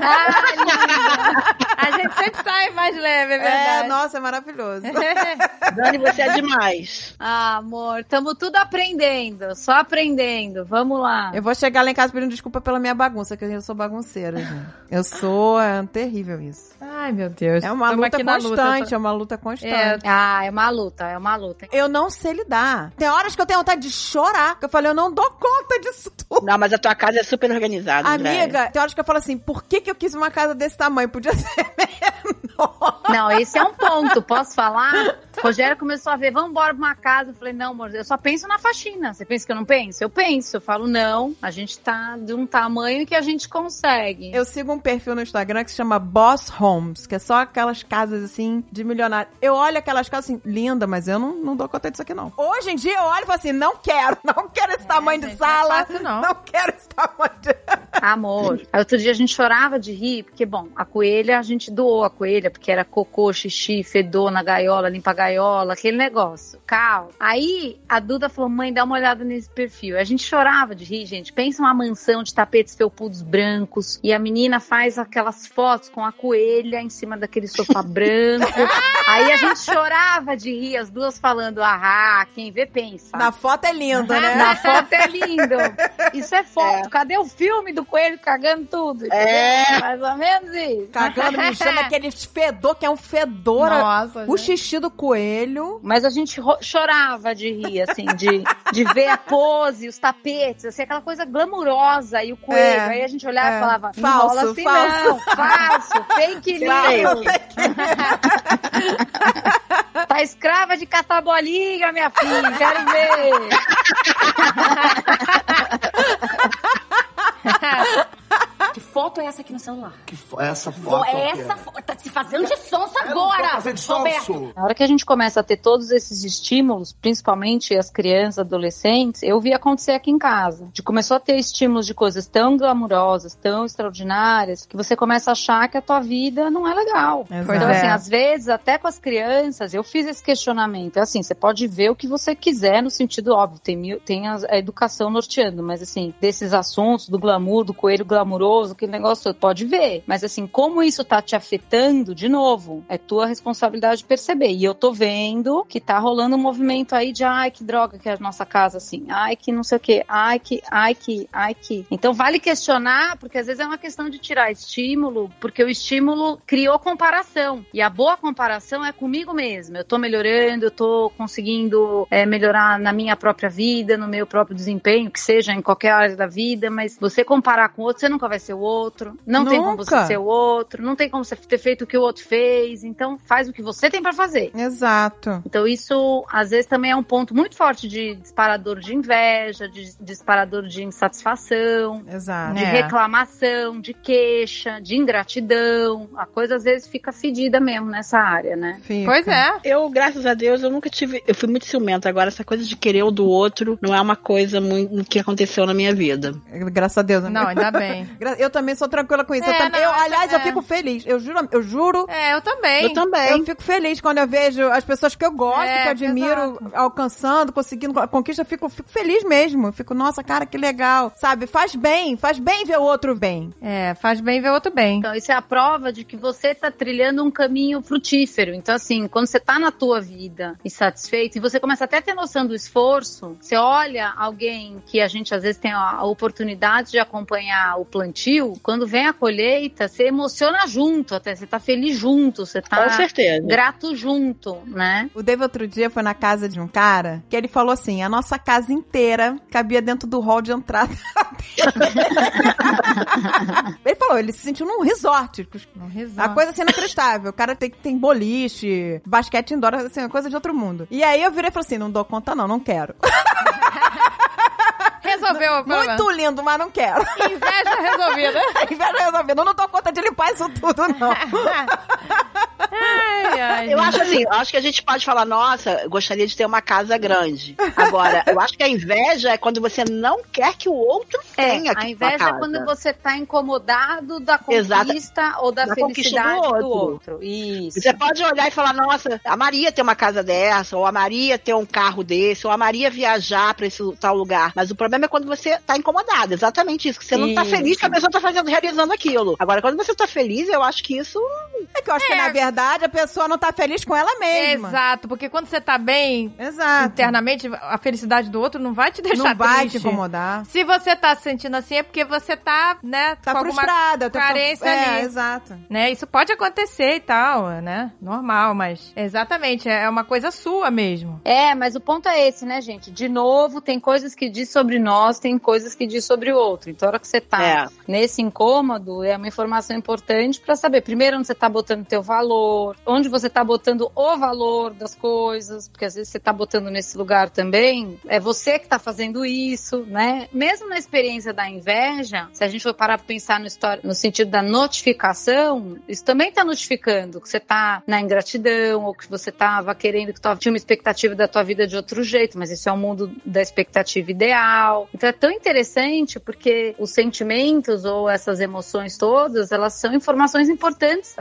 A gente sempre sai mais leve, é É, verdade. nossa, é maravilhoso. Dani, você é demais. Ah, amor, estamos tudo aprendendo, só aprendendo. Vamos lá. Eu vou chegar lá em casa pedindo desculpa pela minha bagunça, que eu sou bagunceira, gente. Eu sou, é terrível isso. Ai, meu Deus. É uma Tamo luta aqui na constante, luta. é uma luta constante. É. Ah, é uma luta, é uma luta. Eu não sei lidar. Tem horas que eu tenho vontade de chorar, que eu falei, eu não dou conta disso tudo. Não, mas a tua casa é super organizada, Andréia. Amiga, tem horas que eu falo assim, por que que eu quis uma casa desse tamanho? Podia ser menor. Não, esse é um ponto, posso falar? O Rogério começou a ver, vamos embora pra uma casa. Eu falei, não, amor, eu só penso na faxina. Você pensa que eu não penso? Eu penso. Eu falo, não, a gente tá de um tamanho que a gente consegue. Eu sigo um perfil no Instagram que se chama Boss Homes, que é só aquelas casas, assim, de milionário. Eu olho aquelas casas assim, linda, mas eu não, não dou conta disso aqui, não. Hoje em dia eu olho e falo assim, não quero, não quero esse tamanho gente, de não é sala. fácil, não. Não quero esse tamanho de... Amor. Aí outro dia a gente chorava de rir, porque, bom, a coelha, a gente doou a coelha coelha, porque era cocô, xixi, fedor na gaiola, limpa a gaiola, aquele negócio. Caos. Aí a Duda falou, mãe, dá uma olhada nesse perfil. A gente chorava de rir, gente. Pensa uma mansão de tapetes felpudos brancos e a menina faz aquelas fotos com a coelha em cima daquele sofá branco. Aí a gente chorava de rir, as duas falando, ah, quem vê pensa. Na foto é lindo, né? Na foto é lindo. Isso é foto. É. Cadê o filme do coelho cagando tudo? É. Mais ou menos isso. Cagando, me chama aquele fedor, que é um fedor. Nossa, o gente. Xixi do coelho. Mas a gente chorava de rir, assim, de, de ver a pose, os tapetes, assim, aquela coisa glamurosa e o coelho. É, aí a gente olhava é. e falava, não falso, rola assim falso. não, falso, fake news. Tá escrava de catar bolinha, minha filha, quero ver. Que foto é essa aqui no celular? Que fo- essa foto? É essa foto. Tá se fazendo de sonso agora, fazendo de Roberto. sonso. Na hora que a gente começa a ter todos esses estímulos, principalmente as crianças, adolescentes, eu vi acontecer aqui em casa. De começou a ter estímulos de coisas tão glamurosas, tão extraordinárias, que você começa a achar que a tua vida não é legal. Exato. Então, É. assim, às vezes, até com as crianças, eu fiz esse questionamento. É assim, você pode ver o que você quiser, no sentido óbvio, tem, mil, tem a, a educação norteando, mas assim, desses assuntos, do glamour, do coelho glamuroso, aquele negócio todo, pode ver. Mas assim, como isso tá te afetando, de novo, é tua responsabilidade de perceber. E eu tô vendo que tá rolando um movimento aí de, ai, que droga que é a nossa casa, assim, ai, que não sei o quê, ai, que, ai, que, ai, que. Então vale questionar, porque às vezes é uma questão de tirar estímulo, porque o estímulo criou comparação. E a boa comparação é comigo mesma. Eu tô melhorando, eu tô conseguindo é, melhorar na minha própria vida, no meu próprio desempenho, que seja em qualquer área da vida, mas você comparar com o outro, você nunca vai ser o outro, não Nunca. tem como você ser o outro, não tem como você ter feito o que o outro fez, então faz o que você tem pra fazer. Exato. Então isso, às vezes, também é um ponto muito forte de disparador de inveja, de disparador de insatisfação, Exato. de É. reclamação, de queixa, de ingratidão. A coisa, às vezes, fica fedida mesmo nessa área, né? Fica. Pois é. Eu, graças a Deus, eu nunca tive... Eu fui muito ciumenta. Agora, essa coisa de querer o do outro não é uma coisa muito que aconteceu na minha vida. Graças a Deus. Não, ainda bem. Gra- Eu também sou tranquila com isso. É, eu, tam- não, eu, essa- aliás, é. eu fico feliz. Eu juro, eu juro. É, eu também. Eu também. Eu fico feliz quando eu vejo as pessoas que eu gosto, É, que eu admiro, exato. alcançando, conseguindo a conquista. Eu fico, fico feliz mesmo. Eu fico, nossa, cara, que legal. Sabe? Faz bem, faz bem ver o outro bem. É, faz bem ver outro bem. Então, isso é a prova de que você tá trilhando um caminho frutífero. Então, assim, quando você tá na tua vida insatisfeito, e você começa até a ter noção do esforço, você olha alguém que a gente, às vezes, tem a a oportunidade de acompanhar o plantio, quando vem a colheita, você emociona junto até, você tá feliz junto, você tá Com certeza. grato junto, né? O Dave outro dia foi na casa de um cara que ele falou assim, a nossa casa inteira cabia dentro do hall de entrada. Ele falou, ele se sentiu num resort. Não resolve. A coisa assim inacreditável. O cara tem, tem boliche, basquete indoor, assim, uma coisa de outro mundo. E aí eu virei e falei assim, não dou conta não, não quero. Resolveu o problema. Muito lindo, mas não quero. Inveja resolvida. Inveja resolvida. Eu não dou conta de limpar isso tudo, não. Ai, ai. Eu acho assim, eu acho que a gente pode falar, nossa, eu gostaria de ter uma casa grande. Agora, eu acho que a inveja é quando você não quer que o outro tenha É, aqui a inveja casa. é quando você tá incomodado da Exato. conquista ou da, Da conquista felicidade do do outro. outro. Isso. Você pode olhar e falar, nossa, a Maria tem uma casa dessa, ou a Maria tem um carro desse, ou a Maria viajar pra esse tal lugar. Mas o problema é quando você tá incomodado, exatamente isso. Que você não tá Isso. feliz que a pessoa tá fazendo, realizando aquilo. Agora, quando você tá feliz, eu acho que isso... É que eu acho que, na verdade, a pessoa não tá feliz com ela mesma. Exato, porque quando você tá bem Exato. internamente, a felicidade do outro não vai te deixar Não vai triste. te incomodar. Se você tá se sentindo assim, é porque você tá, né, Tá com alguma frustrada. tá- carência é, ali. exato. Né? Isso pode acontecer e tal, né? Normal, mas exatamente, é uma coisa sua mesmo. É, mas o ponto é esse, né, gente? De novo, tem coisas que diz sobre nós, tem coisas que diz sobre o outro. Então, a hora que você tá É. nesse incômodo, é uma informação importante pra saber, primeiro, onde você tá botando teu valor, onde você tá botando o valor das coisas, porque às vezes você tá botando nesse lugar também, é você que tá fazendo isso, né? Mesmo na experiência da inveja, se a gente for parar pra pensar no, história, no sentido da notificação, isso também tá notificando que você tá na ingratidão, ou que você tava querendo que tu tinha uma expectativa da tua vida de outro jeito, mas isso é o mundo da expectativa ideal. Então é tão interessante porque os sentimentos ou essas emoções todas, elas são informações importantes a respeito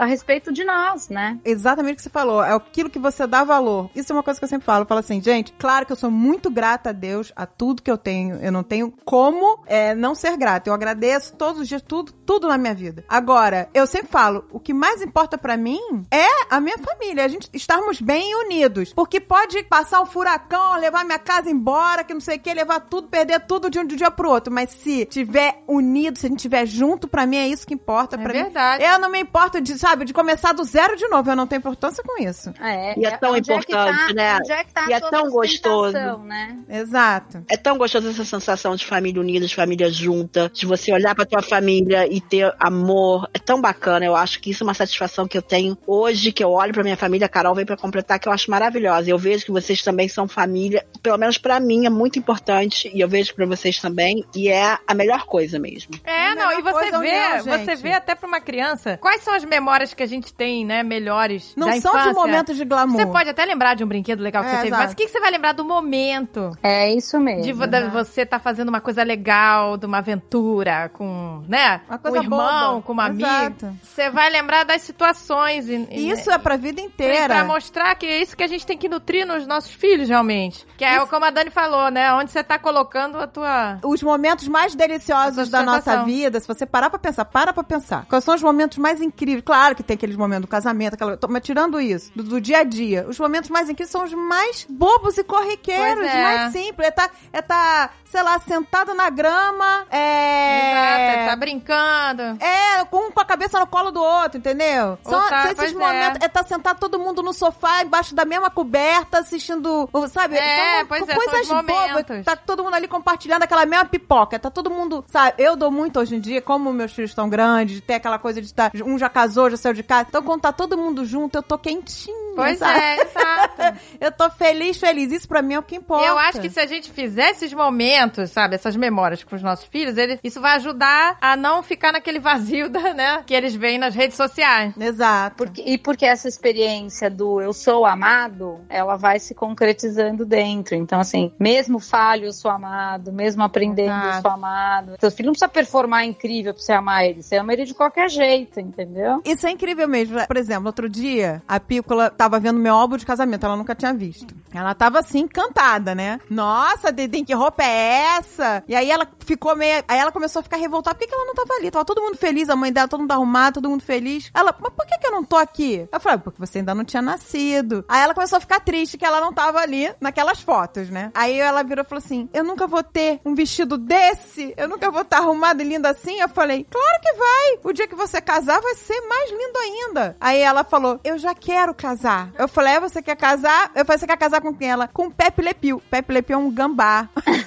respeito de nós, né? Exatamente o que você falou, é aquilo que você dá valor. Isso é uma coisa que eu sempre falo, eu falo assim, gente, claro que eu sou muito grata a Deus, a tudo que eu tenho, eu não tenho como é, não ser grata, eu agradeço todos os dias, tudo, tudo na minha vida. Agora, eu sempre falo, o que mais importa pra mim é a minha família, a gente estarmos bem unidos, porque pode passar um furacão, levar minha casa embora, que não sei o que, levar tudo, perder tudo de um dia pro outro, mas se tiver unido, se a gente estiver junto, pra mim é isso que importa. É pra verdade. Mim. Eu não me importo de, sabe, de começar do zero de novo, eu não tenho importância com isso. É, e é tão onde importante, é que tá, né? Onde é que tá e a é sua tão gostoso. né? Exato. É tão gostoso essa sensação de família unida, de família junta, de você olhar pra tua família e ter amor. É tão bacana, eu acho que isso é uma satisfação que eu tenho hoje, que eu olho pra minha família, a Carol vem pra completar, que eu acho maravilhosa. Eu vejo que vocês também são família, pelo menos pra mim é muito importante, e eu vejo pra vocês também, e é a melhor coisa mesmo. É, A não, melhor e você coisa é vê, união, você gente. vê até pra uma criança, quais são as memórias que a gente tem, né, melhores Não da são infância. de momentos de glamour. Você pode até lembrar de um brinquedo legal que É, você teve, exato. mas o que que você vai lembrar do momento? É isso mesmo. De vo- da- você tá fazendo uma coisa legal, de uma aventura com, né? Uma com coisa um irmão, boba. com uma amiga. Exato. Você vai lembrar das situações. E, E e- isso é pra vida Pra, inteira. pra mostrar que é isso que a gente tem que nutrir nos nossos filhos, realmente. Que é como a Dani falou, né? Onde você tá colocando a tua... Os momentos mais deliciosos Essa da nossa sustentação. vida, se você parar pra pensar, para pra pensar. Quais são os momentos mais incríveis? Claro que tem aqueles momentos do casamento, aquela... mas tirando isso, do, do dia a dia, os momentos mais incríveis são os mais bobos e corriqueiros, Pois é. mais simples. É tá, é tá, sei lá, sentado na grama, é... Exato, tá brincando. É, um com a cabeça no colo do outro, entendeu? Ou São, tá- são esses pois momentos. é. É estar sentado todo mundo no sofá, embaixo da mesma coberta, assistindo, sabe? É, são pois é, coisas são os bobas. momentos. Tá todo mundo ali compartilhando aquela mesma pipoca. Tá todo mundo, sabe? Eu dou muito hoje em dia, como meus filhos estão grandes, de ter aquela coisa de estar. Um já casou, já saiu de casa. Então, quando tá todo mundo junto, eu tô quentinha. Pois sabe? é, exato. Eu tô feliz, feliz. Isso pra mim é o que importa. Eu acho que se a gente fizer esses momentos, sabe, essas memórias com os nossos filhos, ele, isso vai ajudar a não ficar naquele vazio, da, né, que eles veem nas redes sociais. Exato. Porque, e porque essa experiência do eu sou amado, ela vai se concretizando dentro. Então, assim, mesmo falho, eu sou amado, mesmo aprendendo, eu Exato. sou amado. Seu filho não precisa performar incrível pra você amar ele. Você ama ele de qualquer jeito, entendeu? Isso é incrível mesmo. Por exemplo, outro dia, a Pícola tava vendo meu álbum de casamento, ela nunca tinha visto. Ela tava assim, encantada, né? Nossa, Dedem, que roupa é essa? E aí ela ficou meio... Aí ela começou a ficar revoltada. Por que, que ela não tava ali? Tava todo mundo feliz, a mãe dela, todo mundo arrumado, todo mundo feliz. Ela, mas por que, que eu não tô aqui? Eu falei, porque você ainda não tinha nascido. Aí ela começou a ficar triste que ela não tava ali naquelas fotos, né? Aí ela virou e falou assim, eu nunca vou ter um vestido desse? Eu nunca vou estar arrumada e linda assim? Eu falei, claro que vai! O dia que você casar vai ser mais lindo ainda. Aí ela falou, eu já quero casar. Eu falei, é, você quer casar? Eu falei, você quer casar com quem? Ela, com Pepe Le Pew. Pepe Le Pew é um gambá.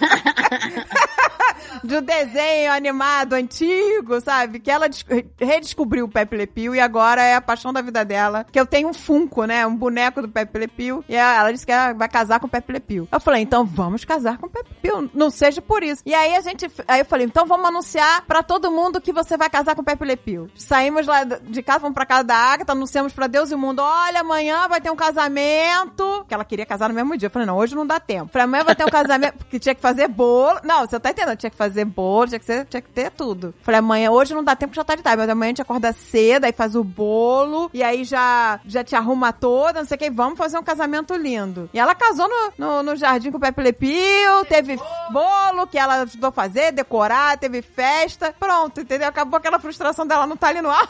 De um desenho animado antigo, sabe? Que ela des- redescobriu o Pepe Le Pew e agora é a paixão da vida dela. Que eu tenho um Funko, né? Um boneco do Pepe Le Pew. E ela disse que ela vai casar com o Pepe Le Pew. Eu falei, então vamos casar com o Pepe Le Pew. Não seja por isso. E aí a gente... Aí eu falei, então vamos anunciar pra todo mundo que você vai casar com o Pepe Le Pew. Saímos lá de casa, fomos pra casa da Agatha, anunciamos pra Deus e o mundo, olha, amanhã vai ter um casamento. Que ela queria casar no mesmo dia. Eu falei, não, hoje não dá tempo. Falei, amanhã vai ter um casamento, porque tinha que fazer bolo. Não, você tá entendendo? Tinha que fazer bolo, tinha que, ser, tinha que ter tudo. Falei, amanhã, hoje não dá tempo, já tá de tarde, mas amanhã a gente acorda cedo, aí faz o bolo, e aí já, já te arruma toda, não sei o que, vamos fazer um casamento lindo. E ela casou no, no, no jardim com o Pepe Le Pew, teve bolo que ela ajudou a fazer, decorar, teve festa, pronto, entendeu? Acabou aquela frustração dela não tá ali no ar.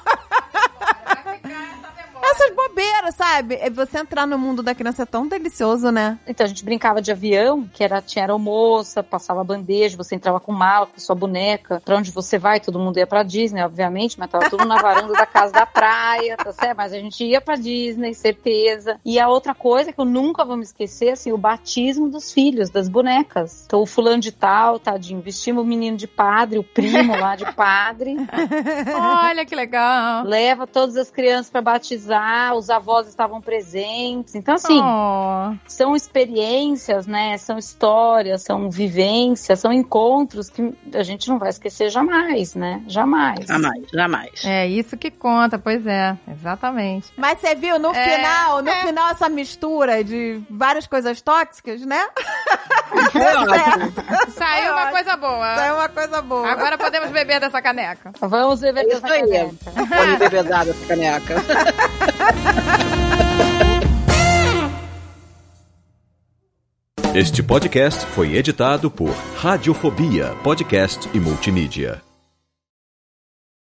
Essas bobeiras, sabe? Você entrar no mundo da criança é tão delicioso, né? Então a gente brincava de avião, que era, tinha aeromoça, passava bandeja, você entrava com mala, com sua boneca. Pra onde você vai, todo mundo ia pra Disney, obviamente, mas tava tudo na varanda da casa da praia, tá certo? Mas a gente ia pra Disney, certeza. E a outra coisa que eu nunca vou me esquecer, assim, o batismo dos filhos, das bonecas. Então o fulano de tal, tadinho, vestimos o menino de padre, o primo lá de padre. Olha que legal. Leva todas as crianças pra batizar, os avós estavam estavam presentes. Então, assim, Oh. são experiências, né? São histórias, são vivências, são encontros que a gente não vai esquecer jamais, né? Jamais. Jamais, jamais. É isso que conta, pois é, exatamente. Mas você viu, no É, final, no é. final, essa mistura de várias coisas tóxicas, né? Saiu uma coisa boa. Isso é uma coisa boa. Agora podemos beber dessa caneca. Vamos beber É isso dessa aí. caneca. Vamos bebedar dessa caneca. Este podcast foi editado por Radiofobia, podcast e multimídia.